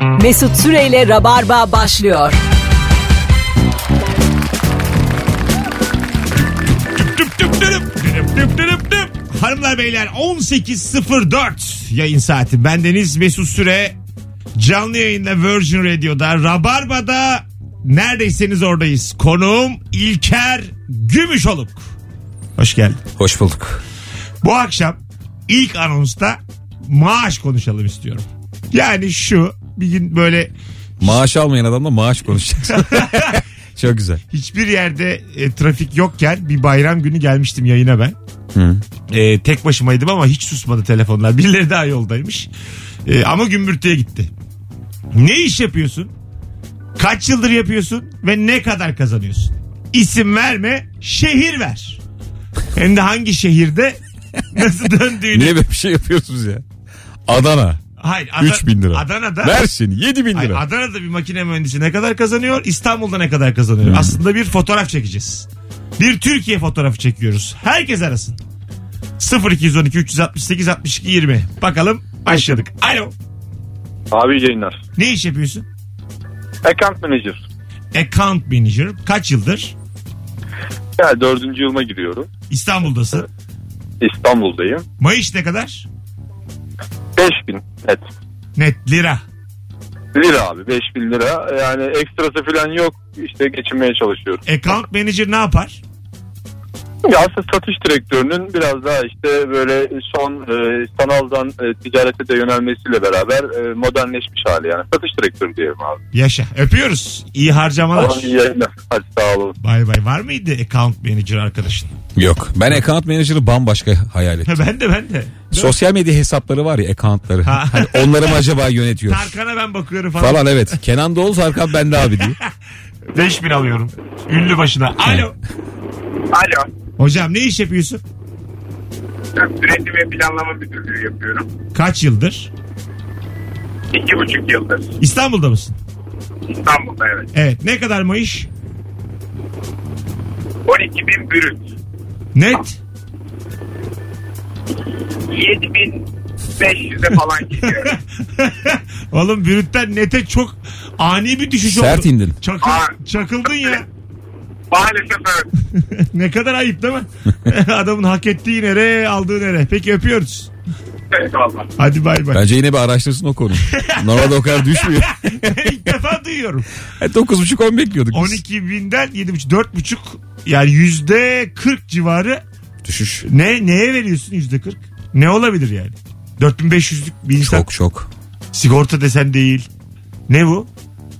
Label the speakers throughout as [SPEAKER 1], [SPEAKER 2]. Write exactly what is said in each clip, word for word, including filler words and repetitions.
[SPEAKER 1] Mesut Süreyle Rabarba başlıyor.
[SPEAKER 2] Tüp tüp tüp tüp tüp tüp tüp. Hanımlar beyler on sekiz sıfır dört yayın saati. Bendeniz Mesut Süre. Canlı yayınla Virgin Radio'da Rabarba'da neredeyseniz oradayız. Konuğum İlker Gümüşoluk. Hoş geldin.
[SPEAKER 3] Hoş bulduk.
[SPEAKER 2] Bu akşam ilk anonsta maaş konuşalım istiyorum. Yani şu bir gün böyle...
[SPEAKER 3] Maaş almayan adamla maaş konuşacaksın. Çok güzel.
[SPEAKER 2] Hiçbir yerde e, trafik yokken bir bayram günü gelmiştim yayına ben.
[SPEAKER 3] Hı.
[SPEAKER 2] E, tek başımaydım ama hiç susmadı telefonlar. Birileri daha yoldaymış. E, ama gümbürtüye gitti. Ne iş yapıyorsun? Kaç yıldır yapıyorsun? Ve ne kadar kazanıyorsun? İsim verme, şehir ver. Hem de hangi şehirde nasıl döndüğünü.
[SPEAKER 3] Niye böyle bir şey yapıyorsunuz ya? Adana.
[SPEAKER 2] Hayır, Ad-
[SPEAKER 3] üç bin lira.
[SPEAKER 2] Adana'da.
[SPEAKER 3] Ver seni yedi bin lira.
[SPEAKER 2] Hayır, Adana'da bir makine mühendisi ne kadar kazanıyor? İstanbul'da ne kadar kazanıyor? Hmm. Aslında bir fotoğraf çekeceğiz. Bir Türkiye fotoğrafı çekiyoruz. Herkes arasın. sıfır iki on iki üç altı sekiz altmış iki yirmi. Bakalım başladık. Alo.
[SPEAKER 4] Abi yayınlar.
[SPEAKER 2] Ne iş yapıyorsun?
[SPEAKER 4] Account Manager.
[SPEAKER 2] Account Manager. Kaç yıldır?
[SPEAKER 4] Yani dördüncü yılıma giriyorum.
[SPEAKER 2] İstanbul'dasın.
[SPEAKER 4] İstanbul'dayım.
[SPEAKER 2] Maaş ne kadar?
[SPEAKER 4] beş bin net.
[SPEAKER 2] Net lira.
[SPEAKER 4] Lira abi beş bin lira. Yani ekstrası falan yok. İşte geçinmeye çalışıyorum.
[SPEAKER 2] Account Manager ne yapar?
[SPEAKER 4] Ya aslında satış direktörünün biraz daha işte böyle son e, sanaldan e, ticarete de yönelmesiyle beraber e, modernleşmiş hali yani. Satış direktörü diyelim abi.
[SPEAKER 2] Yaşa. Öpüyoruz. İyi harcamalar.
[SPEAKER 4] Tamam, iyi yayınlar. Hadi sağ olun.
[SPEAKER 2] Bay bay. Var mıydı Account Manager arkadaşın?
[SPEAKER 3] Yok. Ben account manager'ı bambaşka hayal ettim.
[SPEAKER 2] ben de ben de.
[SPEAKER 3] Sosyal medya hesapları var ya, accountları.
[SPEAKER 2] Ha.
[SPEAKER 3] Hani onları mı acaba yönetiyor?
[SPEAKER 2] Tarkan'a ben bakıyorum falan.
[SPEAKER 3] Falan evet. Kenan Doğulu, Tarkan bende abi diye.
[SPEAKER 2] beş bin alıyorum. Ünlü başına. Alo.
[SPEAKER 5] Alo.
[SPEAKER 2] Hocam ne iş yapıyorsun?
[SPEAKER 5] Ben üretim ve planlama müdürlüğü yapıyorum.
[SPEAKER 2] Kaç yıldır?
[SPEAKER 5] İki buçuk yıldır.
[SPEAKER 2] İstanbul'da mısın?
[SPEAKER 5] İstanbul'da evet.
[SPEAKER 2] Evet. Ne kadar maaş?
[SPEAKER 5] on iki bin brüt.
[SPEAKER 2] Net?
[SPEAKER 5] yedi bin beş yüze falan gidiyor.
[SPEAKER 2] Oğlum brütten nete çok ani bir düşüş oldu.
[SPEAKER 3] Sert indin.
[SPEAKER 2] Çakıl,
[SPEAKER 5] Aa.
[SPEAKER 2] çakıldın ya.
[SPEAKER 5] Maalesef evet.
[SPEAKER 2] Ne kadar ayıp değil mi? Adamın hak ettiği nere, aldığı nere. Peki öpüyoruz.
[SPEAKER 5] Eyvallah.
[SPEAKER 2] Hadi bay bay.
[SPEAKER 3] Bence yine bir araştırsın o konuyu. Normalde o kadar düşmüyor.
[SPEAKER 2] İlk defa duyuyorum.
[SPEAKER 3] dokuz buçuk on bekliyorduk biz.
[SPEAKER 2] on iki binden yedi buçuk dört buçuk yani yüzde kırk civarı.
[SPEAKER 3] Düşüş.
[SPEAKER 2] Ne neye veriyorsun yüzde kırk? Ne olabilir yani? dört bin beş yüzlük bir insan.
[SPEAKER 3] Çok çok.
[SPEAKER 2] Sigorta desen değil. Ne bu?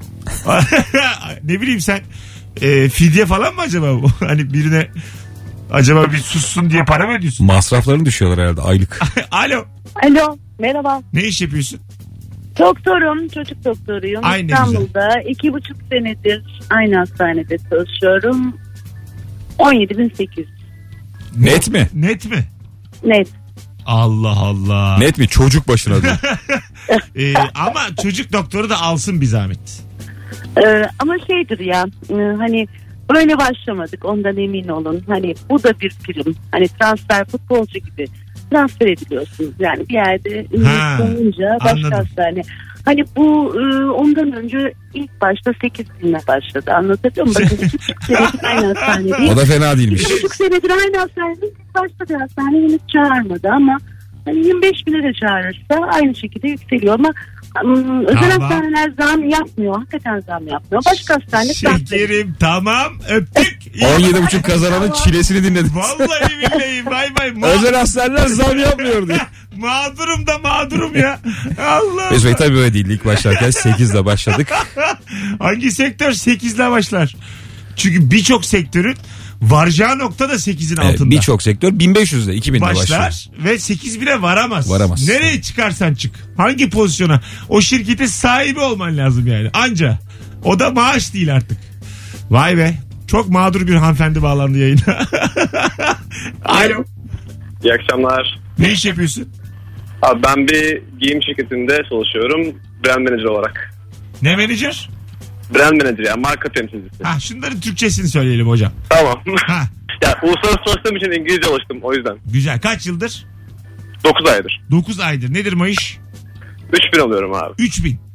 [SPEAKER 2] Ne bileyim sen e, fidye falan mı acaba bu? Hani birine acaba bir sussun diye para mı ödüyorsun?
[SPEAKER 3] Masraflarını düşüyorlar herhalde aylık.
[SPEAKER 2] Alo.
[SPEAKER 6] Alo, merhaba.
[SPEAKER 2] Ne iş yapıyorsun?
[SPEAKER 6] Doktorum, çocuk doktoruyum.
[SPEAKER 2] Ay, ne
[SPEAKER 6] İstanbul'da iki buçuk senedir aynı hastanede çalışıyorum. on yedi bin sekiz yüz.
[SPEAKER 3] Net mi?
[SPEAKER 2] Net mi?
[SPEAKER 6] Net.
[SPEAKER 2] Allah Allah.
[SPEAKER 3] Net mi? Çocuk başına da.
[SPEAKER 2] Ee, ama çocuk doktoru da alsın bir zahmet.
[SPEAKER 6] Ee, ama şeydir ya, e, hani böyle başlamadık, ondan emin olun. Hani bu da bir prim. Hani transfer, futbolcu gibi transfer ediliyorsunuz. Yani bir yerde
[SPEAKER 2] Ha,
[SPEAKER 6] ünlü olunca başka
[SPEAKER 2] anladım.
[SPEAKER 6] hastane. Hani bu e, ondan önce ilk başta sekiz binle başladı. Anlatabiliyor muyum? Bakın iki buçuk senedir aynı hastanede.
[SPEAKER 3] O da fena değilmiş.
[SPEAKER 6] İki buçuk senedir aynı hastanede. İlk başta bir hastane henüz çağırmadı ama hani yirmi beş bine de çağırırsa aynı şekilde yükseliyor ama um, özel
[SPEAKER 2] Tamam.
[SPEAKER 6] hastaneler zam yapmıyor. Hakikaten zam yapmıyor. Başka hastane
[SPEAKER 2] Şekerim tamam öptük.
[SPEAKER 3] on yedi buçuk kazananın çilesini dinledim.
[SPEAKER 2] Vallahi billahi bay bay. Ma-
[SPEAKER 3] Özel hastaneler zam yapmıyor diye.
[SPEAKER 2] mağdurum da mağdurum ya. Allah.
[SPEAKER 3] Mesut Bey tabii böyle değil. İlk başlarken sekizle başladık.
[SPEAKER 2] Hangi sektör sekizle başlar? Çünkü birçok sektörün varacağı nokta da sekizin
[SPEAKER 3] Evet,
[SPEAKER 2] altında.
[SPEAKER 3] birçok sektör bin beş yüzle iki binle başlar.
[SPEAKER 2] Başlar ve sekiz bine varamaz.
[SPEAKER 3] Varamaz.
[SPEAKER 2] Nereye çıkarsan çık. Hangi pozisyona? O şirketin sahibi olman lazım yani. Anca. O da maaş değil artık. Vay be. Çok mağdur bir hanımefendi bağlandı yayına. Alo.
[SPEAKER 4] İyi akşamlar.
[SPEAKER 2] Ne iş yapıyorsun?
[SPEAKER 4] Abi ben bir giyim şirketinde çalışıyorum. Brand manager olarak.
[SPEAKER 2] Ne menajer?
[SPEAKER 4] Brand manager yani marka temsilcisi.
[SPEAKER 2] Ha, şunların Türkçesini söyleyelim hocam.
[SPEAKER 4] Tamam.
[SPEAKER 2] Ha,
[SPEAKER 4] Ya uluslararası çalıştığım için İngilizce alıştım o yüzden.
[SPEAKER 2] güzel. Kaç yıldır?
[SPEAKER 4] dokuz aydır.
[SPEAKER 2] dokuz aydır. Nedir maaş?
[SPEAKER 4] üç bin alıyorum abi.
[SPEAKER 2] üç bin.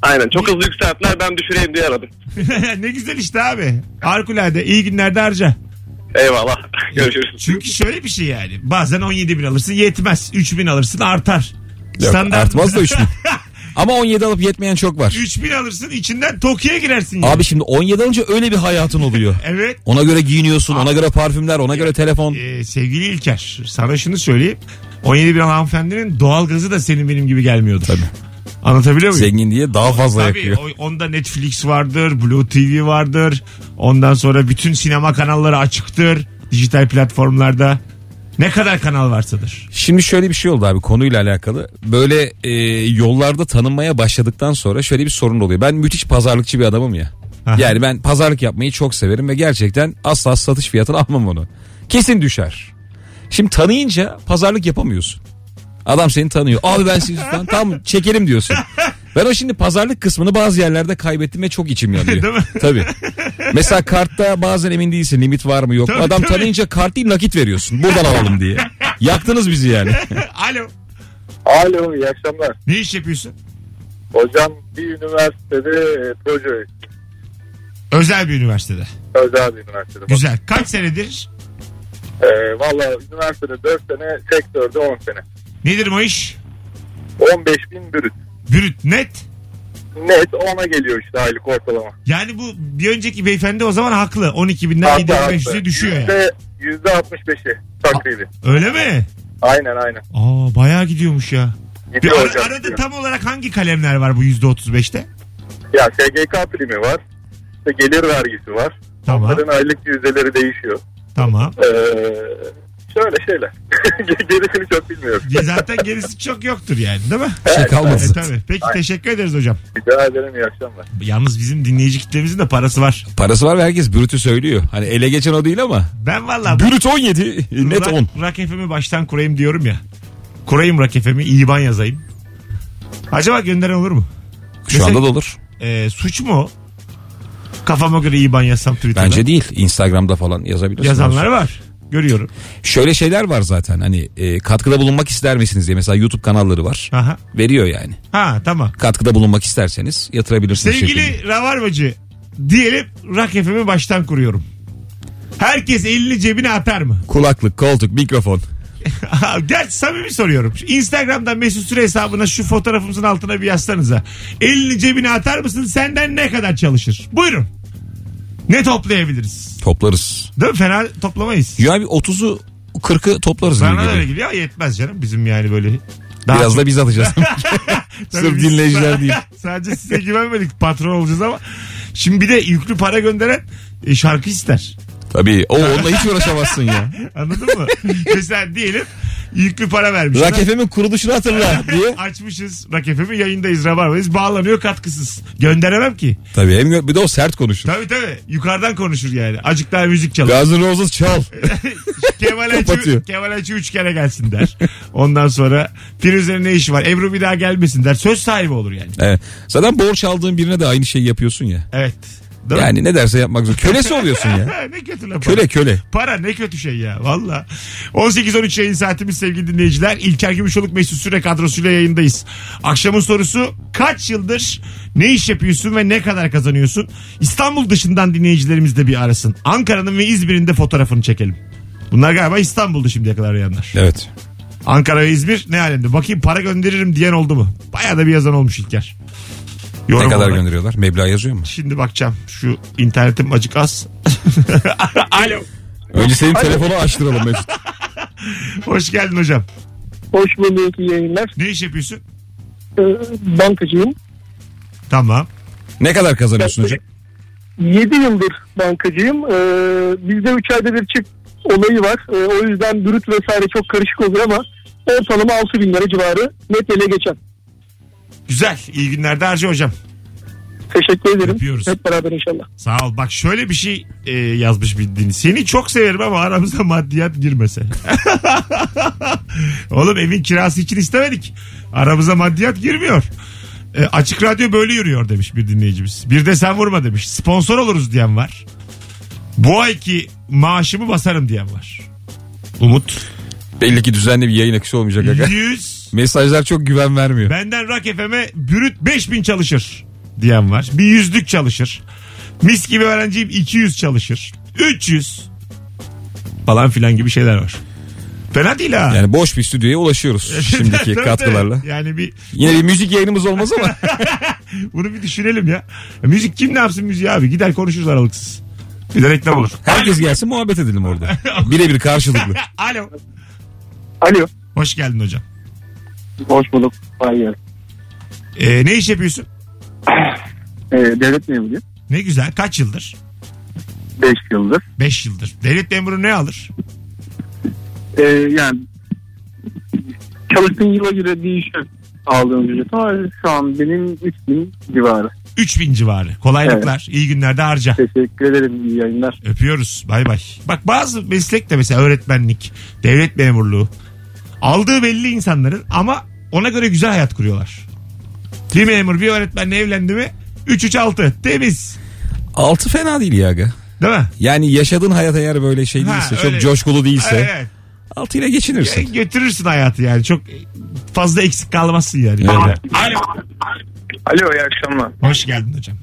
[SPEAKER 5] Aynen, çok hızlı yükselttiler, ben düşüreyim diye aradım.
[SPEAKER 2] Ne güzel işte abi. Harikulade. İyi günlerde harca.
[SPEAKER 5] Eyvallah. Görüşürüz.
[SPEAKER 2] Çünkü şöyle bir şey yani. Bazen on yedi bin alırsın yetmez. üç bin alırsın artar.
[SPEAKER 3] Yok,
[SPEAKER 2] Standart...
[SPEAKER 3] artmaz da üç bin. Ama on yedi alıp yetmeyen çok var.
[SPEAKER 2] üç bin alırsın içinden Tokyo'ya girersin. Yani.
[SPEAKER 3] Abi şimdi on yedi alınca öyle bir hayatın oluyor.
[SPEAKER 2] Evet.
[SPEAKER 3] Ona göre giyiniyorsun, ona göre parfümler, ona göre telefon.
[SPEAKER 2] Ee, sevgili İlker, sana şunu söyleyeyim. on yedi bin hanımefendinin doğalgazı da senin benim gibi gelmiyordur.
[SPEAKER 3] Tabii.
[SPEAKER 2] Anlatabiliyor muyum?
[SPEAKER 3] Zengin diye daha fazla
[SPEAKER 2] Tabii,
[SPEAKER 3] yakıyor.
[SPEAKER 2] o- onda Netflix vardır, Blue T V vardır. Ondan sonra bütün sinema kanalları açıktır. Dijital platformlarda. Ne kadar kanal varsadır.
[SPEAKER 3] Şimdi şöyle bir şey oldu abi konuyla alakalı. Böyle e, yollarda tanınmaya başladıktan sonra şöyle bir sorun oluyor. Ben müthiş pazarlıkçı bir adamım ya.
[SPEAKER 2] Aha.
[SPEAKER 3] Yani ben pazarlık yapmayı çok severim ve gerçekten asla satış fiyatını almam onu. Kesin düşer. Şimdi tanıyınca pazarlık yapamıyorsun. Adam seni tanıyor. Abi ben sizi falan tam çekelim diyorsun. Ben o şimdi pazarlık kısmını bazı yerlerde kaybettim ve çok içim yanıyor.
[SPEAKER 2] Değil mi?
[SPEAKER 3] Tabii. Mesela kartta bazen emin değilsin limit var mı yok mu.
[SPEAKER 2] Tabii,
[SPEAKER 3] Adam
[SPEAKER 2] tabii.
[SPEAKER 3] tanıyınca kart değil nakit veriyorsun. Buradan alalım diye. Yaktınız bizi yani.
[SPEAKER 2] Alo.
[SPEAKER 4] Alo, iyi akşamlar.
[SPEAKER 2] Ne iş yapıyorsun?
[SPEAKER 4] Hocam bir üniversitede e, proje,
[SPEAKER 2] Özel bir üniversitede.
[SPEAKER 4] özel bir üniversitede.
[SPEAKER 2] Güzel. Kaç senedir?
[SPEAKER 4] E, Valla üniversitede dört sene, sektörde on sene.
[SPEAKER 2] Nedir o iş?
[SPEAKER 4] on beş bin brüt.
[SPEAKER 2] Brüt net.
[SPEAKER 4] Net ona geliyor işte aylık ortalama.
[SPEAKER 2] Yani bu bir önceki beyefendi o zaman haklı. on iki binden
[SPEAKER 4] Haklı,
[SPEAKER 2] yedi bin beş
[SPEAKER 4] haklı.
[SPEAKER 2] yüze düşüyor yani.
[SPEAKER 4] Yüzde, yüzde altmış beşi takribi.
[SPEAKER 2] Öyle mi?
[SPEAKER 4] Aynen aynen.
[SPEAKER 2] Aa bayağı gidiyormuş ya. Bir
[SPEAKER 4] Gidiyor
[SPEAKER 2] ara-
[SPEAKER 4] hocam.
[SPEAKER 2] arada
[SPEAKER 4] gidiyor.
[SPEAKER 2] tam olarak hangi kalemler var bu yüzde otuz beşte?
[SPEAKER 4] Ya S G K primi var. İşte gelir vergisi var.
[SPEAKER 2] Tamam.
[SPEAKER 4] Onların aylık yüzdeleri değişiyor.
[SPEAKER 2] Tamam.
[SPEAKER 4] Ee, şöyle şeyler. Gerisini çok bilmiyorum.
[SPEAKER 2] Zaten gerisi çok yoktur yani değil mi?
[SPEAKER 3] Bir şey kalmadı.
[SPEAKER 2] E, tabii. Peki teşekkür ederiz hocam.
[SPEAKER 4] Rica ederim, iyi akşamlar.
[SPEAKER 2] Yalnız bizim dinleyici kitlemizin de parası var.
[SPEAKER 3] Parası var ve herkes brütü söylüyor. Hani ele geçen o değil ama.
[SPEAKER 2] Ben valla
[SPEAKER 3] Brüt on yedi net on.
[SPEAKER 2] Rock F M'i baştan kurayım diyorum ya. Kurayım Rock F M'i, İban yazayım. Acaba gönderen olur mu?
[SPEAKER 3] Şu
[SPEAKER 2] Mesela,
[SPEAKER 3] anda da olur.
[SPEAKER 2] e, suç mu o? Kafama göre İban yazsam Twitter'da.
[SPEAKER 3] Bence değil. Instagram'da falan yazabilirsin.
[SPEAKER 2] Yazanlar var. Görüyorum.
[SPEAKER 3] Şöyle şeyler var zaten hani e, katkıda bulunmak ister misiniz diye mesela YouTube kanalları var.
[SPEAKER 2] Aha.
[SPEAKER 3] Veriyor yani.
[SPEAKER 2] Ha tamam.
[SPEAKER 3] Katkıda bulunmak isterseniz yatırabilirsiniz. şekilde.
[SPEAKER 2] Sevgili Rabarbacı, diyelim Rock F M'i baştan kuruyorum. Herkes elini cebine atar mı?
[SPEAKER 3] Kulaklık, koltuk, mikrofon.
[SPEAKER 2] Gerçi samimi soruyorum. Instagram'dan Mesut Süre hesabına şu fotoğrafımızın altına bir yazsanıza. Elini cebine atar mısın? Senden ne kadar çalışır? Buyurun. Ne toplayabiliriz?
[SPEAKER 3] Toplarız.
[SPEAKER 2] Değil mi? Fena toplamayız.
[SPEAKER 3] Ya bir otuzu kırkı toplarız. gibi
[SPEAKER 2] Bana da öyle
[SPEAKER 3] geliyor.
[SPEAKER 2] geliyor. Yetmez canım. Bizim yani böyle. Daha
[SPEAKER 3] Biraz
[SPEAKER 2] çok-
[SPEAKER 3] da biz atacağız.
[SPEAKER 2] Tabii
[SPEAKER 3] Sırf
[SPEAKER 2] biz-
[SPEAKER 3] dinleyiciler değil.
[SPEAKER 2] Sadece size güvenmedik. Patron olacağız ama. Şimdi bir de yüklü para gönderen e, şarkı ister.
[SPEAKER 3] Tabii. O onunla hiç uğraşamazsın ya.
[SPEAKER 2] Anladın mı? Mesela diyelim yüklü para vermiş.
[SPEAKER 3] Rock F M'in kuruluşunu hatırla diye.
[SPEAKER 2] Açmışız Rock F M'i, yayındayız, Rabarba'dayız. Bağlanıyor katkısız. Gönderemem ki.
[SPEAKER 3] Tabii hem gö- bir de o sert konuşur.
[SPEAKER 2] Tabii tabii. Yukarıdan konuşur yani. Azıcık daha müzik çalar.
[SPEAKER 3] Guns N' Roses çal.
[SPEAKER 2] Kemal Ayçi,
[SPEAKER 3] Kapatıyor.
[SPEAKER 2] Kemal Ayçi üç kere gelsin der. Ondan sonra Firuze'nin ne işi var? Ebru bir daha gelmesin der. Söz sahibi olur yani.
[SPEAKER 3] Evet. Zaten borç aldığın birine de aynı şeyi yapıyorsun ya.
[SPEAKER 2] Evet. Değil mi?
[SPEAKER 3] Yani ne derse yapmak zor. Kölesi oluyorsun ya.
[SPEAKER 2] Ne kötü laf.
[SPEAKER 3] Köle köle.
[SPEAKER 2] Para ne kötü şey ya valla. on sekiz on üç yayın saatimiz sevgili dinleyiciler. İlker Gümüşoluk Mesut Süre kadrosuyla yayındayız. Akşamın sorusu kaç yıldır ne iş yapıyorsun ve ne kadar kazanıyorsun? İstanbul dışından dinleyicilerimiz de bir arasın. Ankara'nın ve İzmir'in de fotoğrafını çekelim. Bunlar galiba İstanbul'du şimdiye kadar arayanlar.
[SPEAKER 3] Evet.
[SPEAKER 2] Ankara ve İzmir ne halinde? Bakayım para gönderirim diyen oldu mu? Bayağı da bir yazan olmuş İlker. Yorum
[SPEAKER 3] Ne kadar
[SPEAKER 2] olarak.
[SPEAKER 3] gönderiyorlar? Meblağ yazıyor mu?
[SPEAKER 2] Şimdi bakacağım. Şu internetim acık az. Alo.
[SPEAKER 3] Önce senin telefonu açtıralım Mesut.
[SPEAKER 2] Hoş geldin hocam.
[SPEAKER 7] Hoş bulduk, iyi yayınlar.
[SPEAKER 2] Ne iş yapıyorsun?
[SPEAKER 7] Ee, bankacıyım.
[SPEAKER 2] Tamam.
[SPEAKER 3] Ne kadar kazanıyorsun hocam?
[SPEAKER 7] yedi yıldır bankacıyım. Ee, bizde üç ayda bir çık olayı var. Ee, o yüzden brüt vesaire çok karışık oluyor ama ortalama altı bin lira civarı net ele geçen.
[SPEAKER 2] Güzel. İyi günlerde harca hocam.
[SPEAKER 7] Teşekkür ederim.
[SPEAKER 2] Öpüyoruz.
[SPEAKER 7] Hep beraber inşallah.
[SPEAKER 2] Sağ ol. Bak şöyle bir şey e, yazmış bir dinleyici. Seni çok severim ama aramıza maddiyat girmese. Oğlum evin kirası için istemedik. Aramıza maddiyat girmiyor. E, açık radyo böyle yürüyor demiş bir dinleyicimiz. Bir de sen vurma demiş. Sponsor oluruz diyen var. Bu ayki maaşımı basarım diyen var. Umut.
[SPEAKER 3] Belli ki düzenli bir yayın akışı olmayacak. Aga.
[SPEAKER 2] yüz
[SPEAKER 3] Mesajlar çok güven vermiyor.
[SPEAKER 2] Benden Rock F M'e bürüt beş bin çalışır. diyen var. Bir yüzlük çalışır. Mis gibi öğrenciyim iki yüz çalışır. üç yüz falan filan gibi şeyler var. Fena değil ha.
[SPEAKER 3] Yani boş bir stüdyoya ulaşıyoruz şimdiki katkılarla.
[SPEAKER 2] Yani bir
[SPEAKER 3] Yine bir müzik yayınımız olmaz ama.
[SPEAKER 2] bunu bir düşünelim ya. ya. Müzik kim ne yapsın müziği abi? Gider konuşuruz aralıksız. Bir de reklam olur.
[SPEAKER 3] Herkes gelsin muhabbet edelim orada. Birebir karşılıklı.
[SPEAKER 2] Alo.
[SPEAKER 7] Alo.
[SPEAKER 2] Hoş geldin hocam.
[SPEAKER 7] Hoş bulduk. Hayır.
[SPEAKER 2] Ee, ne iş yapıyorsun?
[SPEAKER 7] Ee, devlet memuru.
[SPEAKER 2] Ne güzel. Kaç yıldır?
[SPEAKER 7] beş yıldır.
[SPEAKER 2] beş yıldır. Devlet memuru ne alır?
[SPEAKER 7] Ee, yani çalıştığın yıla göre değişiyor aldığım ücret. Ama şu an benim üç bin civarı.
[SPEAKER 2] üç bin civarı. Kolaylıklar. Evet. İyi günlerde harca.
[SPEAKER 7] Teşekkür ederim. İyi yayınlar.
[SPEAKER 2] Öpüyoruz. Bay bay. Bak bazı meslek de mesela öğretmenlik, devlet memurluğu. Aldığı belli insanların ama ona göre güzel hayat kuruyorlar. Bir memur bir öğretmenle evlendi mi üç üç altı temiz.
[SPEAKER 3] altı fena değil ya aga.
[SPEAKER 2] Değil mi?
[SPEAKER 3] Yani yaşadığın hayat eğer böyle şey değilse,
[SPEAKER 2] Ha,
[SPEAKER 3] çok
[SPEAKER 2] öyle.
[SPEAKER 3] coşkulu değilse
[SPEAKER 2] Evet.
[SPEAKER 3] altı ile geçinirsin.
[SPEAKER 2] Götürürsün hayatı yani. Çok fazla eksik kalmazsın yani.
[SPEAKER 3] Evet.
[SPEAKER 2] Alo.
[SPEAKER 5] Alo, iyi akşamlar.
[SPEAKER 2] Hoş geldin hocam.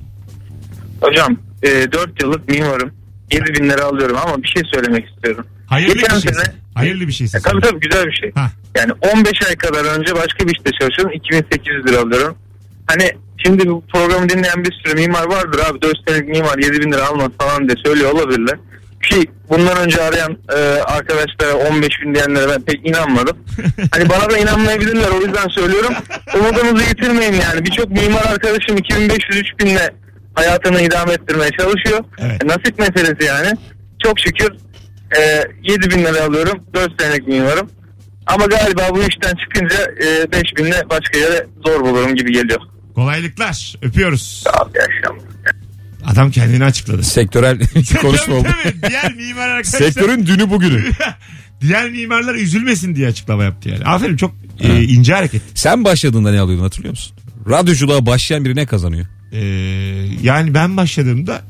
[SPEAKER 5] Hocam e, dört yıllık mimarım. yedi bin lira alıyorum ama bir şey söylemek istiyorum.
[SPEAKER 2] Hayırlı
[SPEAKER 5] Geçen
[SPEAKER 2] bir şeysin.
[SPEAKER 5] sene-
[SPEAKER 2] Hayırlı bir şeysin.
[SPEAKER 5] E, tabii tabii güzel bir şey.
[SPEAKER 2] Ha.
[SPEAKER 5] Yani on beş ay kadar önce başka bir işte çalışıyordum. iki bin sekiz yüz lira alıyorum. Hani şimdi bu programı dinleyen bir sürü mimar vardır abi. dört senelik mimar yedi bin lira almaz falan diye söylüyor olabilirler. Ki bundan önce arayan e, arkadaşlara on beş bin diyenlere ben pek inanmadım. Hani bana da inanmayabilirler, o yüzden söylüyorum. Umudunuzu yitirmeyin yani. Birçok mimar arkadaşım iki bin beş yüz üç binle hayatını idame ettirmeye çalışıyor.
[SPEAKER 2] Evet.
[SPEAKER 5] E, nasip meselesi yani. Çok şükür e, yedi bin lira alıyorum. dört senelik mimarım. Ama galiba bu işten çıkınca e, beş binle başka yere zor bulurum gibi geliyor.
[SPEAKER 2] Kolaylıklar. Öpüyoruz.
[SPEAKER 5] Abi yaşam.
[SPEAKER 2] Adam kendini açıkladı.
[SPEAKER 3] Sektörel konuşma oldu.
[SPEAKER 2] Tabii, tabii. Diğer mimar arkadaşlar.
[SPEAKER 3] Sektörün dünü bugünü.
[SPEAKER 2] Diğer mimarlar üzülmesin diye açıklama yaptı yani. Aferin, çok e, ince hareket.
[SPEAKER 3] Sen başladığında ne alıyordun hatırlıyor musun? Radyoculuğa başlayan biri ne kazanıyor?
[SPEAKER 2] Ee, yani ben başladığımda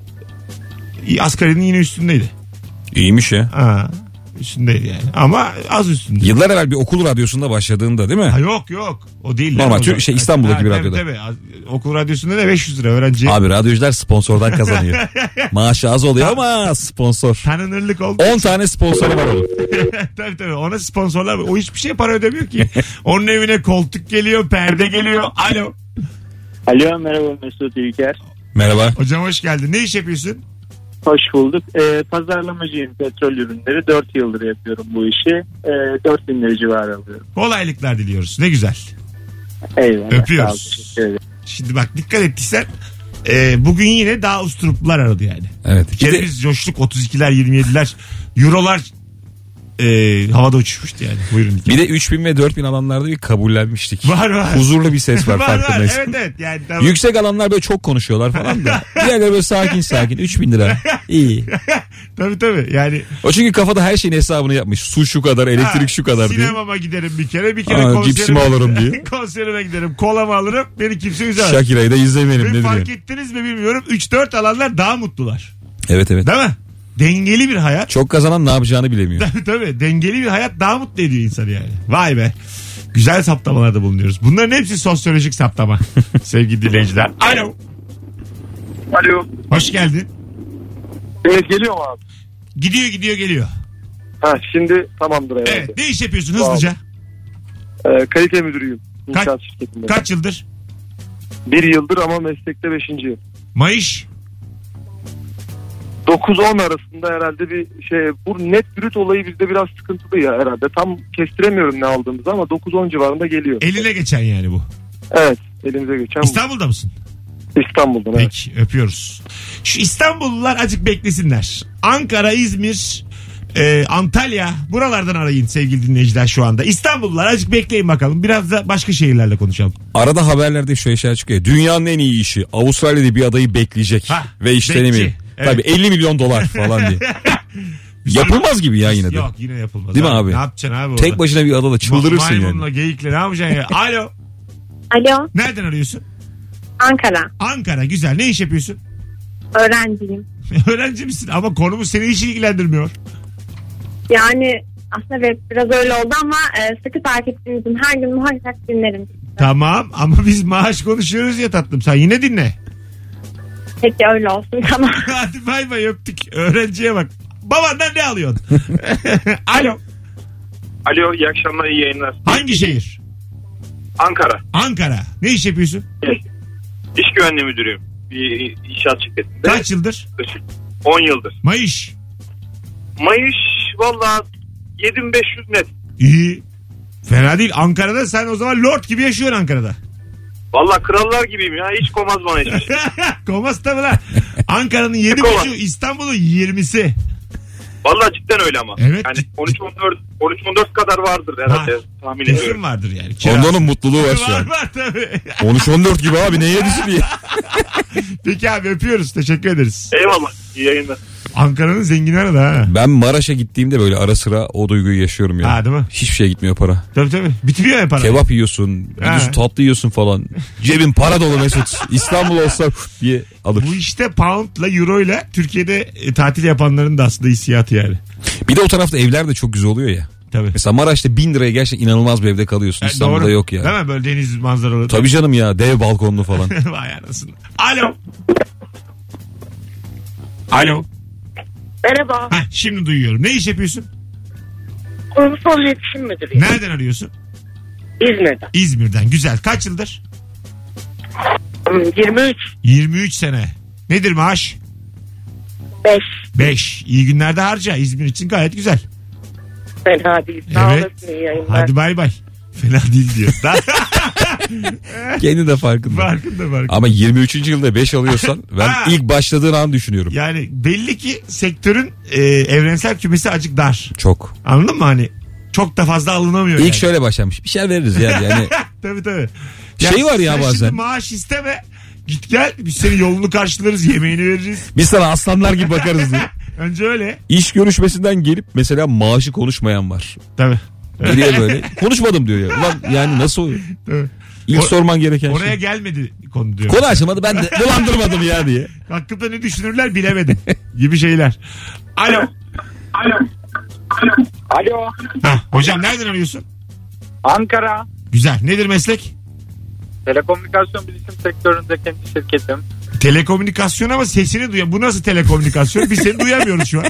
[SPEAKER 2] asgarinin yine üstündeydi.
[SPEAKER 3] İyiymiş ya.
[SPEAKER 2] Ha, üstündeydi yani. Ama az üstünde.
[SPEAKER 3] Yıllar evvel bir okul radyosunda başladığında değil mi?
[SPEAKER 2] Ha, yok yok. O değil.
[SPEAKER 3] Normal,
[SPEAKER 2] lan, o
[SPEAKER 3] şey, İstanbul'daki
[SPEAKER 2] ha,
[SPEAKER 3] bir
[SPEAKER 2] tabii,
[SPEAKER 3] radyoda.
[SPEAKER 2] Tabii. Okul radyosunda da beş yüz lira öğrenci.
[SPEAKER 3] Abi radyocular sponsordan kazanıyor. Maaşı az oluyor ama sponsor.
[SPEAKER 2] Tanınırlık oldu.
[SPEAKER 3] on tane sponsoru var onun.
[SPEAKER 2] Tabii tabii. Ona sponsorlar var. O hiçbir şey para ödemiyor ki. Onun evine koltuk geliyor, perde geliyor. Alo.
[SPEAKER 8] Alo, merhaba Mesut İlker.
[SPEAKER 3] Merhaba.
[SPEAKER 2] Hocam hoş geldin. Ne iş yapıyorsun?
[SPEAKER 8] Hoş bulduk. Ee, pazarlamacıyım, petrol ürünleri. dört yıldır yapıyorum bu işi. Ee, dört bin lira civarı alıyorum.
[SPEAKER 2] Kolaylıklar diliyoruz. Ne güzel.
[SPEAKER 8] Eyvallah.
[SPEAKER 2] Öpüyoruz.
[SPEAKER 8] Sağ ol, teşekkür ederim.
[SPEAKER 2] Şimdi bak dikkat ettiysen e, bugün yine daha usturuplular aradı yani.
[SPEAKER 3] Evet.
[SPEAKER 2] Bir kere biz coştuk, otuz ikiler yirmi yediler eurolar e, havada uçuşmuştu yani. Buyurun.
[SPEAKER 3] Bir de üç bin ve dört bin alanlarda bir kabullenmiştik.
[SPEAKER 2] Var var.
[SPEAKER 3] Huzurlu bir ses var,
[SPEAKER 2] var var.
[SPEAKER 3] farkındaysan.
[SPEAKER 2] Evet evet. Yani, tamam.
[SPEAKER 3] Yüksek alanlar böyle çok konuşuyorlar falan da. Diğerleri böyle sakin sakin. üç bin lira. İyi.
[SPEAKER 2] Tabii tabii yani.
[SPEAKER 3] O çünkü kafada her şeyin hesabını yapmış. Su şu kadar, elektrik
[SPEAKER 2] Ha,
[SPEAKER 3] şu kadar diye.
[SPEAKER 2] Sinemama giderim bir kere. Bir kere
[SPEAKER 3] Aa,
[SPEAKER 2] konserime,
[SPEAKER 3] cipsimi alırım diye.
[SPEAKER 2] konserime giderim. Kolamı alırım. Beni kimse üzemez.
[SPEAKER 3] Shakira'yı da izlemeyelim.
[SPEAKER 2] Ve
[SPEAKER 3] Ne
[SPEAKER 2] fark
[SPEAKER 3] diyor?
[SPEAKER 2] ettiniz mi bilmiyorum. üç dört alanlar daha mutlular.
[SPEAKER 3] Evet evet.
[SPEAKER 2] Değil mi? Dengeli bir hayat.
[SPEAKER 3] Çok kazanan ne yapacağını bilemiyor.
[SPEAKER 2] Tabii dengeli bir hayat daha mutlu ediyor insanı yani. Vay be. Güzel saptamalarda bulunuyoruz. Bunların hepsi sosyolojik saptama. Sevgili dinleyiciler. Alo.
[SPEAKER 5] Alo.
[SPEAKER 2] Hoş geldin.
[SPEAKER 7] Evet, geliyor mu abi?
[SPEAKER 2] Gidiyor gidiyor geliyor.
[SPEAKER 7] Ha, şimdi tamamdır herhalde.
[SPEAKER 2] Evet. Ne iş yapıyorsun hızlıca?
[SPEAKER 7] Ee, kalite müdürüyüm.
[SPEAKER 2] Kaç-
[SPEAKER 7] İnşaat şirketinde.
[SPEAKER 2] Kaç yıldır?
[SPEAKER 7] Bir yıldır ama meslekte beşinci yıl.
[SPEAKER 2] Mayış.
[SPEAKER 7] dokuz on arasında herhalde bir şey, bu net brüt olayı bizde biraz sıkıntılı ya herhalde. Tam kestiremiyorum ne aldığımızı ama dokuz on civarında geliyor.
[SPEAKER 2] Eline geçen yani bu.
[SPEAKER 7] Evet, elimize geçen bu.
[SPEAKER 2] İstanbul'da mısın?
[SPEAKER 7] İstanbul'dan, evet.
[SPEAKER 2] Peki öpüyoruz. Şu İstanbullular azıcık beklesinler. Ankara, İzmir, e, Antalya buralardan arayın sevgili dinleyiciler şu anda. İstanbullular azıcık bekleyin bakalım. Biraz da başka şehirlerle konuşalım.
[SPEAKER 3] Arada haberlerde şöyle şeyler çıkıyor. Dünyanın en iyi işi. Avustralya'da bir adayı bekleyecek.
[SPEAKER 2] Ha,
[SPEAKER 3] ve işlenemiyor.
[SPEAKER 2] bekçi. Evet.
[SPEAKER 3] Tabii elli milyon dolar falan diye. Yapılmaz gibi ya yine de.
[SPEAKER 2] Yok yine yapılmaz.
[SPEAKER 3] Değil mi abi?
[SPEAKER 2] Ne yapacaksın abi orada?
[SPEAKER 3] Tek başına bir adada çıldırırsın
[SPEAKER 2] Maymunla
[SPEAKER 3] yani.
[SPEAKER 2] geyikle ne yapacaksın ya? Alo.
[SPEAKER 9] Alo,
[SPEAKER 2] Nereden arıyorsun?
[SPEAKER 9] Ankara.
[SPEAKER 2] Ankara, güzel. Ne iş yapıyorsun?
[SPEAKER 9] Öğrenciyim.
[SPEAKER 2] Öğrenci misin? Ama konumuz seni hiç ilgilendirmiyor.
[SPEAKER 9] Yani aslında evet, biraz öyle oldu ama e, sıkı takipçinizim. Her gün muhakkak dinlerim.
[SPEAKER 2] Tamam ama biz maaş konuşuyoruz ya tatlım. Sen yine dinle.
[SPEAKER 9] Peki öyle olsun tamam.
[SPEAKER 2] Hadi bay bay öptük. Öğrenciye bak. Babandan ne alıyorsun? Alo.
[SPEAKER 4] Alo, iyi akşamlar, iyi yayınlar.
[SPEAKER 2] Hangi şehir?
[SPEAKER 4] Ankara.
[SPEAKER 2] Ankara. Ne iş yapıyorsun?
[SPEAKER 4] İş güvenliği müdürüyüm. Bir inşaat şirketinde.
[SPEAKER 2] Kaç yıldır?
[SPEAKER 4] on yıldır.
[SPEAKER 2] Mayış.
[SPEAKER 4] Mayış valla yedi bin beş yüz net.
[SPEAKER 2] İyi. Fena değil. Ankara'da sen o zaman lord gibi yaşıyorsun Ankara'da.
[SPEAKER 4] Valla krallar gibiyim ya. Hiç komaz bana hiçbir şey.
[SPEAKER 2] Komaz tabi lan. Ankara'nın yedi buçuğu, İstanbul'un yirmisi.
[SPEAKER 4] Valla cidden öyle ama.
[SPEAKER 2] Evet.
[SPEAKER 4] Yani on üç on dört on üç on dört kadar vardır herhalde.
[SPEAKER 2] Var.
[SPEAKER 4] Tahmin
[SPEAKER 2] Kesin
[SPEAKER 4] ediyorum.
[SPEAKER 2] vardır yani. Kirası.
[SPEAKER 3] Ondan onun mutluluğu var şu
[SPEAKER 2] Var
[SPEAKER 3] an.
[SPEAKER 2] var tabii.
[SPEAKER 3] on üç on dört gibi abi ne yedisi diye.
[SPEAKER 2] Peki abi öpüyoruz. Teşekkür ederiz.
[SPEAKER 4] Eyvallah. İyi yayınlar.
[SPEAKER 2] Ankara'nın zengini arada ha.
[SPEAKER 3] Ben Maraş'a gittiğimde böyle ara sıra o duyguyu yaşıyorum yani.
[SPEAKER 2] Ha değil mi?
[SPEAKER 3] Hiçbir şeye gitmiyor para.
[SPEAKER 2] Tabii tabii. Bitmiyor ya para.
[SPEAKER 3] Kebap yiyorsun, gidiyorsun tatlı yiyorsun falan. Cebin para dolu Mesut. İstanbul olsa diye alır.
[SPEAKER 2] Bu işte poundla euroyla Türkiye'de e, tatil yapanların da aslında hissiyatı yani.
[SPEAKER 3] Bir de o tarafta evler de çok güzel oluyor ya.
[SPEAKER 2] Tabii.
[SPEAKER 3] Mesela Maraş'ta bin liraya gerçekten inanılmaz bir evde kalıyorsun.
[SPEAKER 2] Yani
[SPEAKER 3] İstanbul'da
[SPEAKER 2] doğru.
[SPEAKER 3] yok ya.
[SPEAKER 2] Değil mi? Böyle deniz manzaralı.
[SPEAKER 3] Tabii canım ya, dev balkonlu falan.
[SPEAKER 2] Vay anasını. Alo. Alo.
[SPEAKER 9] Merhaba.
[SPEAKER 2] Heh, şimdi duyuyorum. Ne iş yapıyorsun?
[SPEAKER 9] Kurumsal iletişim müdürüyüm.
[SPEAKER 2] Nereden arıyorsun?
[SPEAKER 9] İzmir'den.
[SPEAKER 2] İzmir'den. Güzel. Kaç yıldır?
[SPEAKER 9] yirmi üç.
[SPEAKER 2] yirmi üç sene. Nedir maaş?
[SPEAKER 9] beş.
[SPEAKER 2] beş. İyi günlerde harca. İzmir için gayet güzel.
[SPEAKER 9] Fena değil. Sağ
[SPEAKER 2] Evet.
[SPEAKER 9] olasın, iyi yayınlar.
[SPEAKER 2] Hadi bay bay. Fena değil diyor.
[SPEAKER 3] Kendi de farkında.
[SPEAKER 2] farkında farkında.
[SPEAKER 3] Ama yirmi üçüncü yılda beş alıyorsan ben
[SPEAKER 2] Ha.
[SPEAKER 3] ilk başladığın an düşünüyorum.
[SPEAKER 2] Yani belli ki sektörün e, evrensel kümesi acık dar.
[SPEAKER 3] Çok.
[SPEAKER 2] Anladın mı hani? Çok da fazla alınamıyor
[SPEAKER 3] İlk
[SPEAKER 2] yani.
[SPEAKER 3] şöyle başlamış. Bir şey veririz yani. yani
[SPEAKER 2] Tabii tabii.
[SPEAKER 3] Şey var ya
[SPEAKER 2] sen
[SPEAKER 3] bazen.
[SPEAKER 2] Şimdi maaş isteme. Git gel biz senin yolunu karşılarız, yemeğini veririz.
[SPEAKER 3] biz sana aslanlar gibi bakarız diye.
[SPEAKER 2] Önce öyle.
[SPEAKER 3] İş görüşmesinden gelip mesela maaşı konuşmayan var.
[SPEAKER 2] Tabii.
[SPEAKER 3] Geriye böyle konuşmadım diyor ya. Ulan yani nasıl oluyor?
[SPEAKER 2] Tabii.
[SPEAKER 3] İlk
[SPEAKER 2] O-
[SPEAKER 3] sorman gereken
[SPEAKER 2] Oraya
[SPEAKER 3] şey.
[SPEAKER 2] gelmedi konu diyor.
[SPEAKER 3] Konu açılmadı, ben de dolandırmadım ya diye.
[SPEAKER 2] Hakkında ne düşünürler bilemedim gibi şeyler. Alo.
[SPEAKER 8] Alo. Alo.
[SPEAKER 2] Hah, hocam nereden arıyorsun?
[SPEAKER 8] Ankara.
[SPEAKER 2] Güzel. Nedir meslek?
[SPEAKER 8] Telekomünikasyon bilişim sektöründe kendi şirketim.
[SPEAKER 2] Telekomünikasyon ama sesini duyan. Bu nasıl telekomünikasyon? Biz seni duyamıyoruz şu an.